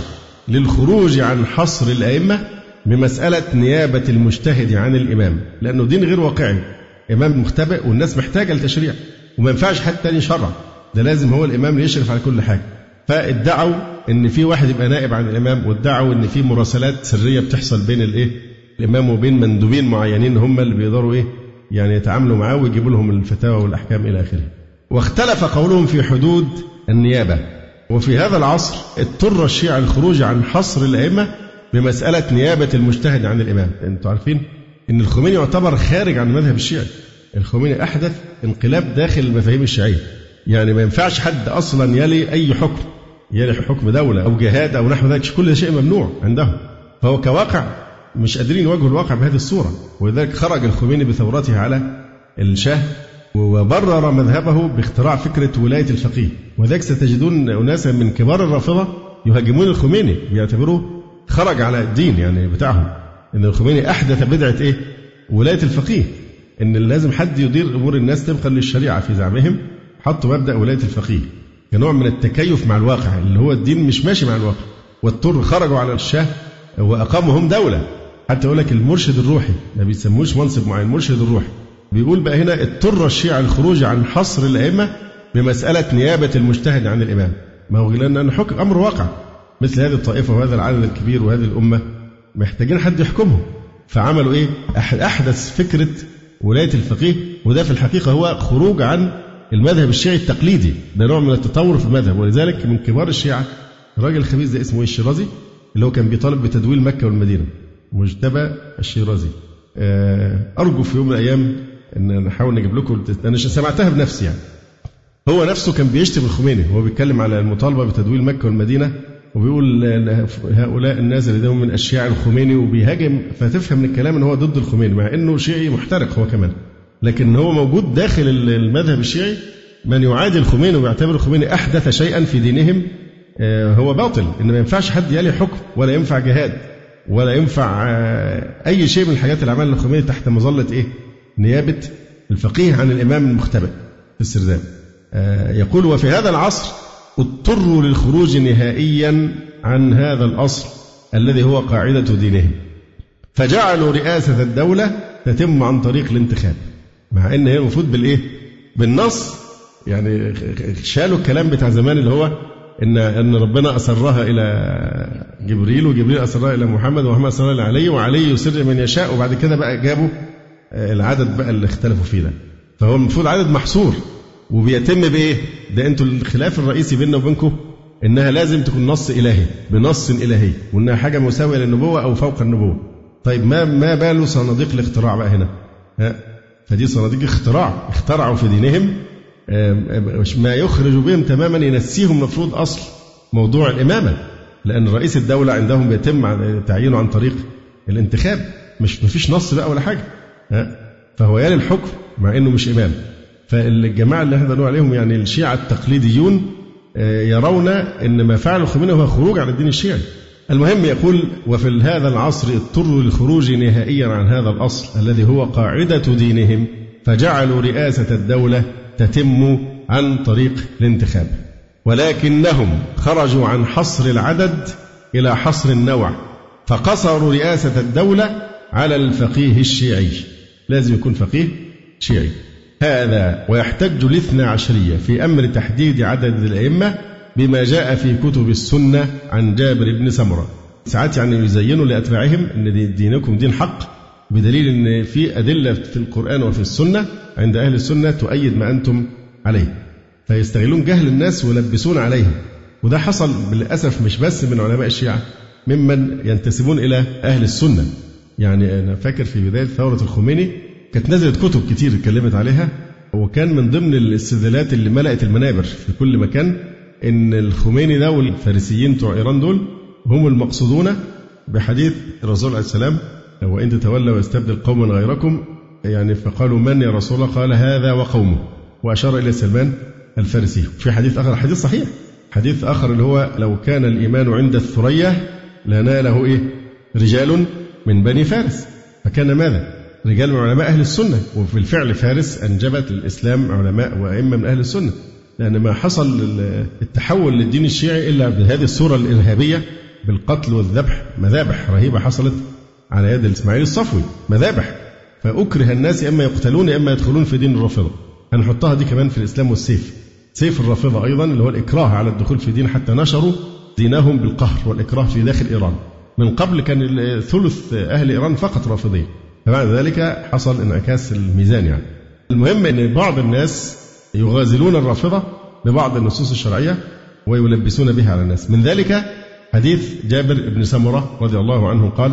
للخروج عن حصر الأئمة بمسألة نيابة المجتهد عن الإمام، لأنه دين غير واقعي، إمام مختبئ والناس محتاجة لتشريع، وما ينفعش حد تاني يشرع، ده لازم هو الإمام اللي يشرف على كل حاجة. فادعوا إن في واحد يبقى نائب عن الإمام، وادعوا إن في مراسلات سرية بتحصل بين الإيه الإمام وبين مندوبين معينين هم اللي بيقدروا إيه يعني يتعاملوا معاه ويجيبوا لهم الفتاوى والأحكام إلى آخره. واختلف قولهم في حدود النيابة. وفي هذا العصر اضطر الشيعة للخروج عن حصر الأئمة بمسألة نيابة المجتهد عن الإمام. أنتم عارفين أن الخميني يعتبر خارج عن المذهب الشيعي. الخميني أحدث انقلاب داخل المفاهيم الشيعية، يعني ما ينفعش حد أصلا يلي أي حكم، يلي حكم دولة أو جهاد أو نحو ذلك، كل شيء ممنوع عندهم. فهو كواقع مش قادرين يواجهوا الواقع بهذه الصورة، ولذلك خرج الخميني بثورته على الشاه وبرر مذهبه باختراع فكرة ولاية الفقيه. وذلك ستجدون أناسا من كبار الرافضة يهاجمون الخميني، بيعتبروه خرج على الدين يعني بتاعهم، إن الخميني أحدث بدعة إيه؟ ولاية الفقيه، إن لازم حد يدير أمور الناس طبقا للشريعة في زعمهم. حطوا مبدأ ولاية الفقيه كنوع من التكيف مع الواقع، اللي هو الدين مش ماشي مع الواقع، واضطر خرجوا على الشاه وأقاموا هم دولة. حتى يقول لك المرشد الروحي، ما بيسموش منصب معين، المرشد الروحي. بيقول بقى هنا اضطر الشيعة للخروج عن حصر الأئمة بمسألة نيابة المجتهد عن الإمام. ما هو لأن أن حكم أمر واقع، مثل هذه الطائفة وهذا العدد الكبير وهذه الأمة محتاجين حد يحكمهم. فعملوا إيه؟ أحدث فكرة ولاية الفقيه، وده في الحقيقة هو خروج عن المذهب الشيعي التقليدي، ده نوع من التطور في المذهب. ولذلك من كبار الشيعة الراجل الخبيث ده اسمه الشيرازي، اللي هو كان بيطالب بتدويل مكة والمدينة، مجتبى الشيرازي. أرجو في يوم من الأيام أن نحاول نجيب لكم، أنا سمعتها بنفسي يعني. هو نفسه كان بيشتم الخميني، هو بيتكلم على المطالبة بتدويل مكة والمدينة، وبيقول هؤلاء الناس اللي هم من أشياع الخميني، وبيهاجم. فتفهم من الكلام أنه هو ضد الخميني، مع أنه شيعي محترق هو كمان، لكن هو موجود داخل المذهب الشيعي من يعادي الخميني ويعتبر الخميني أحدث شيئا في دينهم هو باطل. إن ما ينفعش حد يلي حكم، ولا ينفع جهاد، ولا ينفع أي شيء من الحاجات اللي عملها الخميني تحت مظلة إيه؟ نيابة الفقيه عن الإمام المختبئ في السرداب. يقول وفي هذا العصر اضطروا للخروج نهائيا عن هذا الأصل الذي هو قاعدة دينهم، فجعلوا رئاسة الدولة تتم عن طريق الانتخاب، مع ان هي المفروض بالايه؟ بالنص. يعني شالوا الكلام بتاع زمان اللي هو ان ان ربنا اسرها الى جبريل، وجبريل اسرها الى محمد، ومحمد اسرها الى علي، وعلي يسر من يشاء، وبعد كده بقى جابوا العدد بقى اللي اختلفوا فيه ده. فهو المفروض عدد محصور، وبيتم بايه؟ ده انتوا الخلاف الرئيسي بيننا وبينكم انها لازم تكون نص الهي بنص الهي، وانها حاجه مساويه للنبوه او فوق النبوه. طيب ما ما باله صناديق الاختراع بقى هنا؟ ها؟ فدي صناديق اختراع، اخترعوا في دينهم ما يخرج بهم تماما، ينسيهم المفروض أصل موضوع الإمامة، لأن رئيس الدولة عندهم بيتم تعيينه عن طريق الانتخاب، مش مفيش نص بقى ولا حاجة. فهو يالي الحكم مع إنه مش إمام. فالجماعة اللي احنا بنقول عليهم يعني الشيعة التقليديون يرون أن ما فعل الخميني هو خروج عن الدين الشيعي. المهم يقول وفي هذا العصر اضطروا للخروج نهائيا عن هذا الأصل الذي هو قاعدة دينهم، فجعلوا رئاسة الدولة تتم عن طريق الانتخاب، ولكنهم خرجوا عن حصر العدد إلى حصر النوع، فقصروا رئاسة الدولة على الفقيه الشيعي. لازم يكون فقيه شيعي. هذا ويحتج الاثنى عشرية في أمر تحديد عدد الأئمة بما جاء في كتب السنة عن جابر بن سمرة. ساعات يعني يزينوا لأتباعهم أن دينكم دين حق، بدليل أن في أدلة في القرآن وفي السنة عند أهل السنة تؤيد ما أنتم عليه، فيستغلون جهل الناس ويلبسون عليهم. وده حصل بالأسف مش بس من علماء الشيعة، ممن ينتسبون إلى أهل السنة. يعني أنا فاكر في بداية ثورة الخميني كانت نزلت كتب كتير اتكلمت عليها، وكان من ضمن الاستدلالات اللي ملأت المنابر في كل مكان إن الخميني ده والفارسيين بتوع إيران دول هم المقصودون بحديث الرسول عليه السلام وإن تتولوا ويستبدل قوما غيركم. يعني فقالوا من يا رسول الله؟ قال هذا وقومه، وأشار إلى سلمان الفارسي. في حديث آخر، حديث صحيح، حديث آخر اللي هو لو كان الإيمان عند الثريا لناله إيه؟ رجال من بني فارس. فكان ماذا؟ رجال من علماء أهل السنة. وفي الفعل فارس أنجبت الإسلام علماء وأئمة من أهل السنة، لأن ما حصل التحول للدين الشيعي إلا بهذه الصورة الإرهابية بالقتل والذبح. مذابح رهيبة حصلت على يد الإسماعيلي الصفوي، مذابح، فأكره الناس إما يقتلون إما يدخلون في دين الرافضة. هنحطها دي كمان في الإسلام والسيف، سيف الرافضة أيضا اللي هو الإكراه على الدخول في دين، حتى نشروا دينهم بالقهر والإكراه في داخل إيران. من قبل كان ثلث أهل إيران فقط رافضين، فبعد ذلك حصل انعكاس الميزان. يعني المهم أن بعض الناس يغازلون الرافضة ببعض النصوص الشرعية ويلبسون بها على الناس. من ذلك حديث جابر بن سمرة رضي الله عنه قال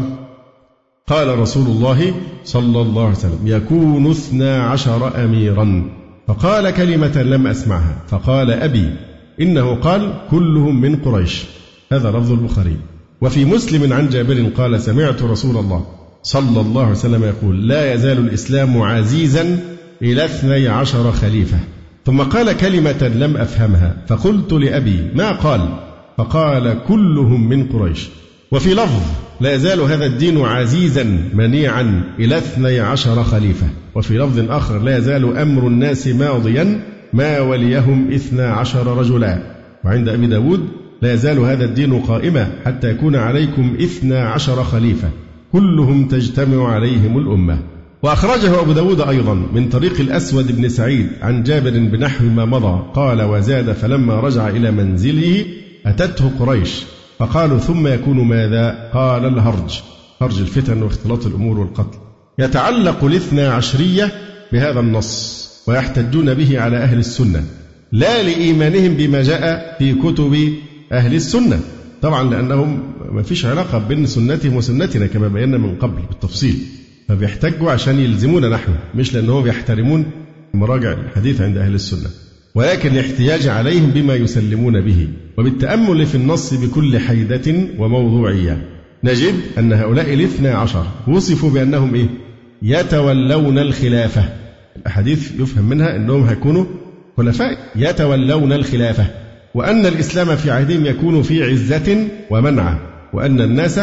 قال رسول الله صلى الله عليه وسلم يكون اثنا عشر أميرا، فقال كلمة لم أسمعها فقال أبي إنه قال كلهم من قريش. هذا لفظ البخاري. وفي مسلم عن جابر قال سمعت رسول الله صلى الله عليه وسلم يقول لا يزال الإسلام عزيزا إلى اثني عشر خليفة. ثم قال كلمة لم أفهمها فقلت لأبي ما قال؟ فقال كلهم من قريش. وفي لفظ لا يزال هذا الدين عزيزا منيعا إلى اثني عشر خليفة. وفي لفظ آخر لا يزال أمر الناس ماضيا ما وليهم اثنا عشر رجلا. وعند أبي داود لا يزال هذا الدين قائما حتى يكون عليكم اثنا عشر خليفة كلهم تجتمع عليهم الأمة. وأخرجه أبو داود أيضا من طريق الأسود بن سعيد عن جابر بنحو ما مضى قال وزاد فلما رجع إلى منزله أتته قريش فقالوا ثم يكون ماذا؟ قال الهرج، هرج الفتن واختلاط الأمور والقتل. يتعلق الاثنى عشرية بهذا النص ويحتجون به على أهل السنة لا لإيمانهم بما جاء في كتب أهل السنة، طبعا لأنهم ما فيش علاقة بين سنتهم وسنتنا كما بينا من قبل بالتفصيل، فبيحتجوا عشان يلزمون نحن، مش لأنهم بيحترمون مراجع الحديث عند أهل السنة، ولكن الاحتياج عليهم بما يسلمون به. وبالتأمل في النص بكل حيدة وموضوعية نجد أن هؤلاء الاثنى عشر وصفوا بأنهم إيه؟ يتولون الخلافة. الأحاديث يفهم منها أنهم هيكونوا خلفاء يتولون الخلافة، وأن الإسلام في عهدهم يكون في عزة ومنعة، وأن الناس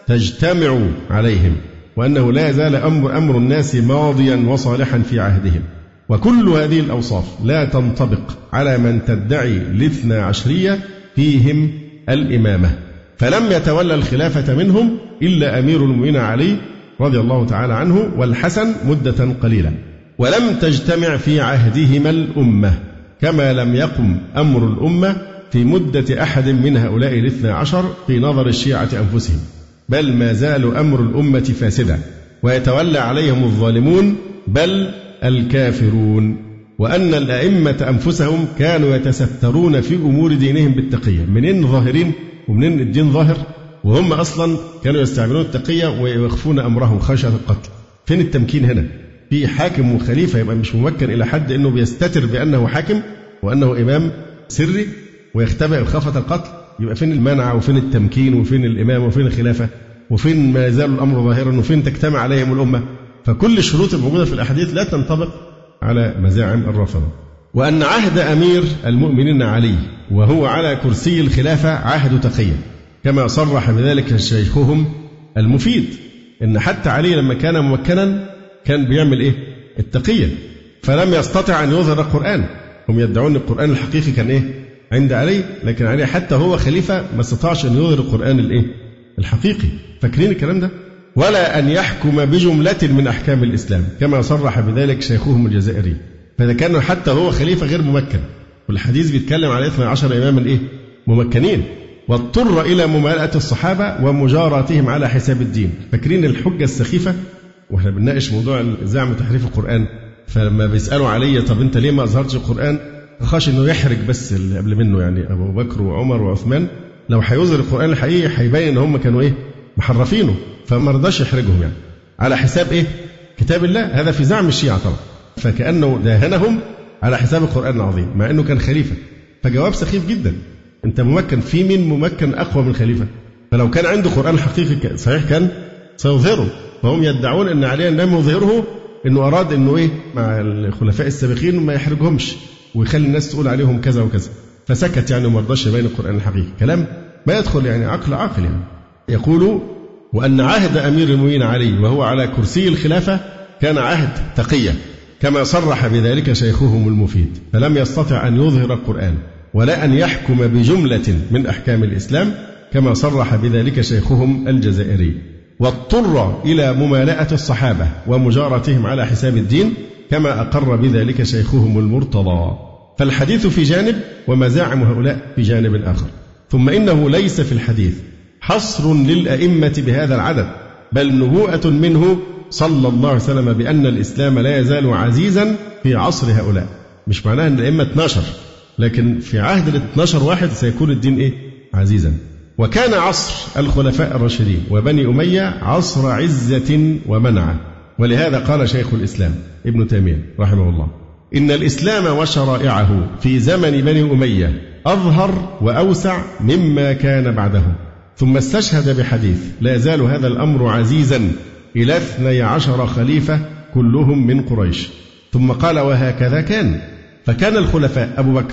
تجتمع عليهم، وأنه لا يزال أمر, أمر الناس ماضيا وصالحا في عهدهم. وكل هذه الأوصاف لا تنطبق على من تدعي الاثنى عشرية فيهم الإمامة. فلم يتولى الخلافة منهم إلا أمير المؤمنين علي رضي الله تعالى عنه والحسن مدة قليلة، ولم تجتمع في عهدهما الأمة كما لم يقم أمر الأمة في مدة أحد من هؤلاء الاثنى عشر في نظر الشيعة أنفسهم، بل ما زال أمر الأمة فاسدا ويتولى عليهم الظالمون بل الكافرون. وأن الأئمة أنفسهم كانوا يتسترون في أمور دينهم بالتقية. منين ظاهرين ومنين الدين ظاهر وهم أصلا كانوا يستعملون التقية ويخفون أمرهم خشية القتل؟ فين التمكين هنا؟ في حاكم وخليفة يبقى مش ممكن إلى حد أنه بيستتر بأنه حاكم وأنه إمام سري ويختبئ خافة القتل، يبقى فين المنع وفين التمكين وفين الإمام وفين الخلافة وفين ما يزال الأمر ظاهرا وفين تجتمع عليهم الأمة؟ فكل الشروط الموجودة في الأحاديث لا تنطبق على مزاعم الرافضة. وأن عهد أمير المؤمنين علي وهو على كرسي الخلافة عهد تقية كما صرح بذلك شيخهم المفيد، إن حتى علي لما كان ممكنا كان بيعمل إيه؟ التقية، فلم يستطع أن يظهر القرآن. هم يدعون القرآن الحقيقي كان إيه؟ عند علي، لكن علي حتى هو خليفة ما استطاعش أن يظهر القرآن الإيه؟ الحقيقي. فاكرين الكلام ده؟ ولا أن يحكم بجملة من أحكام الإسلام كما صرح بذلك شيخهم الجزائري. فإذا كان حتى هو خليفة غير ممكن، والحديث بيتكلم على اثني عشر إماما إيه؟ ممكنين، واضطر إلى ممالأة الصحابة ومجاراتهم على حساب الدين. فاكرين الحجة السخيفة واحنا بنناقش موضوع زعم تحريف القرآن، فلما بيسألوا علي طب أنت ليه ما أظهرتش القرآن؟ خاش إنه يحرج بس اللي قبل منه، يعني أبو بكر وعمر وعثمان لو هيظهر القرآن الحقيقي هيبين إن هم كانوا إيه؟ محرفينه، فما رضاش يحرجهم يعني على حساب إيه؟ كتاب الله. هذا في زعم الشيعة طبعا، فكأنه داهنهم على حساب القرآن العظيم مع أنه كان خليفة. فجواب سخيف جدا. أنت ممكن، في مين ممكن أقوى من خليفة؟ فلو كان عنده قرآن حقيقي صحيح كان سيظهره. فهم يدعون أن عليه لم يظهره، أنه أراد أنه إيه مع الخلفاء السابقين ما يحرجهمش ويخلي الناس تقول عليهم كذا وكذا، فسكت يعني وما رضاش يبين القرآن الحقيقي. كلام ما يدخل يعني عقل عاقل يعني. يقول وأن عهد أمير المؤمنين علي وهو على كرسي الخلافة كان عهد تقية كما صرح بذلك شيخهم المفيد، فلم يستطع أن يظهر القرآن ولا أن يحكم بجملة من أحكام الإسلام كما صرح بذلك شيخهم الجزائري، واضطر إلى ممالأة الصحابة ومجارتهم على حساب الدين كما أقر بذلك شيخهم المرتضى. فالحديث في جانب ومزاعم هؤلاء في جانب آخر. ثم إنه ليس في الحديث حصر للأئمة بهذا العدد، بل نبوءة منه صلى الله عليه وسلم بأن الإسلام لا يزال عزيزا في عصر هؤلاء. مش معناها أن الأئمة اثنا عشر، لكن في عهد ال اثنا عشر واحد سيكون الدين إيه؟ عزيزا. وكان عصر الخلفاء الراشدين وبني أمية عصر عزة ومنعة، ولهذا قال شيخ الإسلام ابن تيمية رحمه الله: إن الإسلام وشرائعه في زمن بني أمية أظهر وأوسع مما كان بعده. ثم استشهد بحديث: لا يزال هذا الأمر عزيزا إلى اثني عشر خليفة كلهم من قريش. ثم قال: وهكذا كان. فكان الخلفاء أبو بكر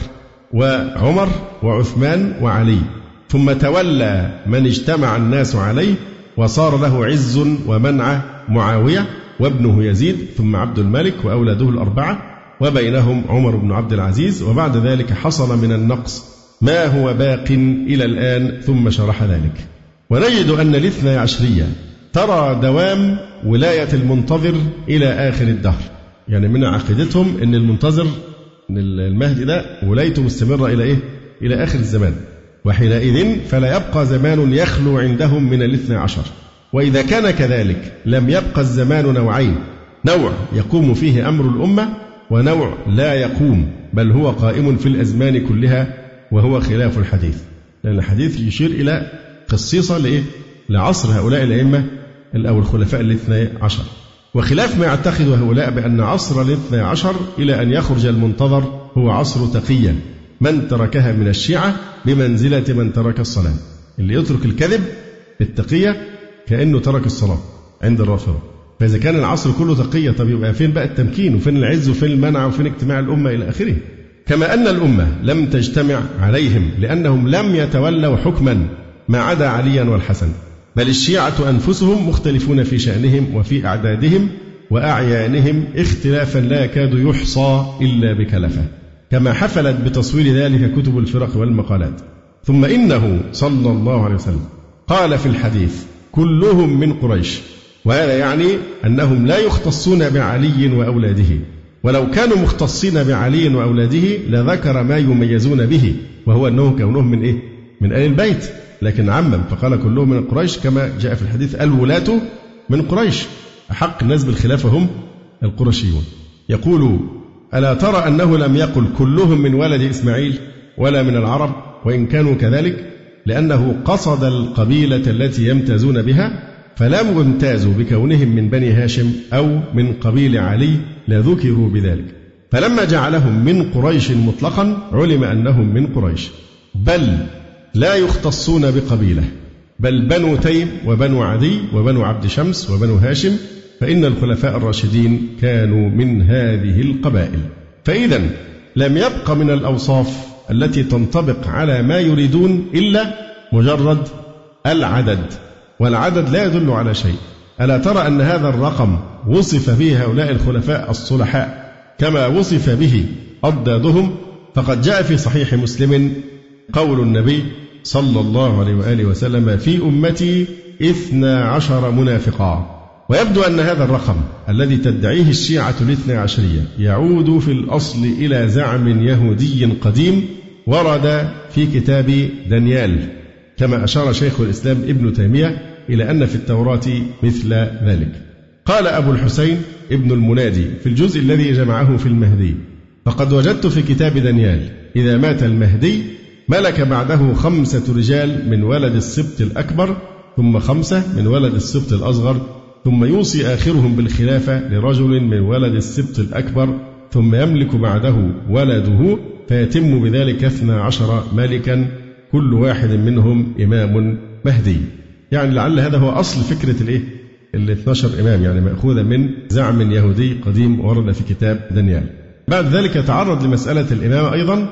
وعمر وعثمان وعلي، ثم تولى من اجتمع الناس عليه وصار له عز ومنعة معاوية وابنه يزيد، ثم عبد الملك وأولاده الأربعة، وبينهم عمر بن عبد العزيز. وبعد ذلك حصل من النقص ما هو باق إلى الآن، ثم شرح ذلك. ونجد أن الاثنى عشرية ترى دوام ولاية المنتظر إلى آخر الدهر، يعني من عقيدتهم أن المنتظر أن المهدي ده ولايته مستمرة إلى إيه؟ إلى آخر الزمان، وحينئذ فلا يبقى زمان يخلو عندهم من الاثنى عشر. وإذا كان كذلك لم يبقى الزمان نوعين: نوع يقوم فيه أمر الأمة، ونوع لا يقوم بل هو قائم في الأزمان كلها، وهو خلاف الحديث. لأن الحديث يشير إلى خصيصة لإيه؟ لعصر هؤلاء الأئمة أو الخلفاء الاثنى عشر، وخلاف ما يعتقد هؤلاء بأن عصر الاثنى عشر إلى أن يخرج المنتظر هو عصر تقية، من تركها من الشيعة بمنزلة من ترك الصلاة. اللي يترك الكذب بالتقية كأنه ترك الصلاة عند الرافضة. فإذا كان العصر كله تقية، طب يبقى فين بقى التمكين وفين العز وفين المنع وفين اجتماع الأمة إلى آخره؟ كما أن الأمة لم تجتمع عليهم لأنهم لم يتولوا حكما ما عدا عليا والحسن، بل الشيعة أنفسهم مختلفون في شأنهم وفي أعدادهم وأعيانهم اختلافا لا يكاد يحصى إلا بكلفة، كما حفلت بتصوير ذلك كتب الفرق والمقالات. ثم إنه صلى الله عليه وسلم قال في الحديث: كلهم من قريش، وهذا يعني أنهم لا يختصون بعلي وأولاده، ولو كانوا مختصين بعلي وأولاده لذكر ما يميزون به، وهو أنه كونهم من إيه؟ من آل البيت، لكن عمم فقال كلهم من قريش، كما جاء في الحديث: الولاة من قريش، أحق الناس بالخلافة هم القرشيون. يقول: ألا ترى أنه لم يقل كلهم من ولد إسماعيل ولا من العرب، وإن كانوا كذلك، لأنه قصد القبيلة التي يمتازون بها، فلم يمتازوا بكونهم من بني هاشم أو من قبيل علي لا ذكروا بذلك. فلما جعلهم من قريش مطلقا علم أنهم من قريش، بل لا يختصون بقبيلة، بل بنو تيم وبنو عدي وبنو عبد شمس وبنو هاشم، فإن الخلفاء الراشدين كانوا من هذه القبائل. فإذا لم يبق من الأوصاف التي تنطبق على ما يريدون إلا مجرد العدد، والعدد لا يدل على شيء. ألا ترى أن هذا الرقم وصف به هؤلاء الخلفاء الصلحاء كما وصف به أضدادهم؟ فقد جاء في صحيح مسلم قول النبي صلى الله عليه وآله وسلم: في أمتي اثنا عشر منافقا. ويبدو أن هذا الرقم الذي تدعيه الشيعة الاثنى عشرية يعود في الأصل إلى زعم يهودي قديم ورد في كتاب دانيال، كما أشار شيخ الإسلام ابن تيمية إلى أن في التوراة مثل ذلك. قال أبو الحسين ابن المنادي في الجزء الذي جمعه في المهدي: فقد وجدت في كتاب دانيال إذا مات المهدي ملك بعده خمسة رجال من ولد السبط الأكبر، ثم خمسة من ولد السبط الأصغر، ثم يوصي آخرهم بالخلافة لرجل من ولد السبط الأكبر، ثم يملك بعده ولده، فيتم بذلك اثنى عشر ملكا، كل واحد منهم إمام مهدي. يعني لعل هذا هو أصل فكرة الإيه؟ الاثنى عشر إمام، يعني مأخوذة من زعم يهودي قديم ورد في كتاب دانيال. بعد ذلك يتعرض لمسألة الإمامة أيضا،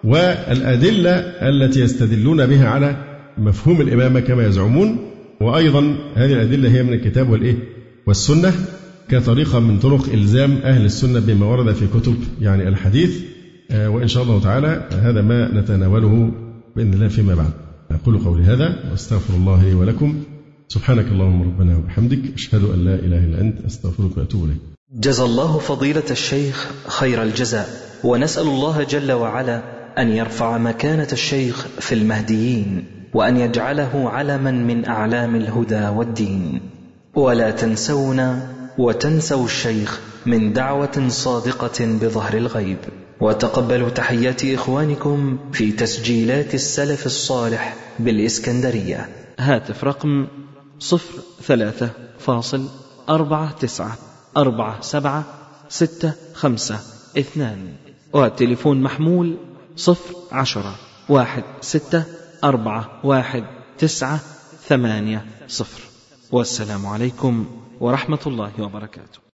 والأدلة التي يستدلون بها على مفهوم الإمامة كما يزعمون، وأيضا هذه الأدلة هي من الكتاب والإيه؟ والسنة، كطريقة من طرق إلزام أهل السنة بما ورد في كتب يعني الحديث. وإن شاء الله تعالى هذا ما نتناوله بإذن الله فيما بعد. أقول قولي هذا وأستغفر الله لي ولكم. سبحانك اللهم ربنا وبحمدك، أشهد أن لا إله إلا أنت، أستغفرك وأتوب إليك.
جزى الله فضيلة الشيخ خير الجزاء، ونسأل الله جل وعلا أن يرفع مكانة الشيخ في المهديين، وأن يجعله علما من أعلام الهدى والدين. ولا تنسونا وتنسوا الشيخ من دعوة صادقة بظهر الغيب. وتقبلوا تحيات إخوانكم في تسجيلات السلف الصالح بالإسكندرية.
هاتف رقم صفر ثلاثة فاصل أربعة تسعة أربعة سبعة ستة خمسة اثنان، والتليفون محمول صفر عشرة واحد ستة أربعة واحد تسعة ثمانية صفر. والسلام عليكم ورحمة الله وبركاته.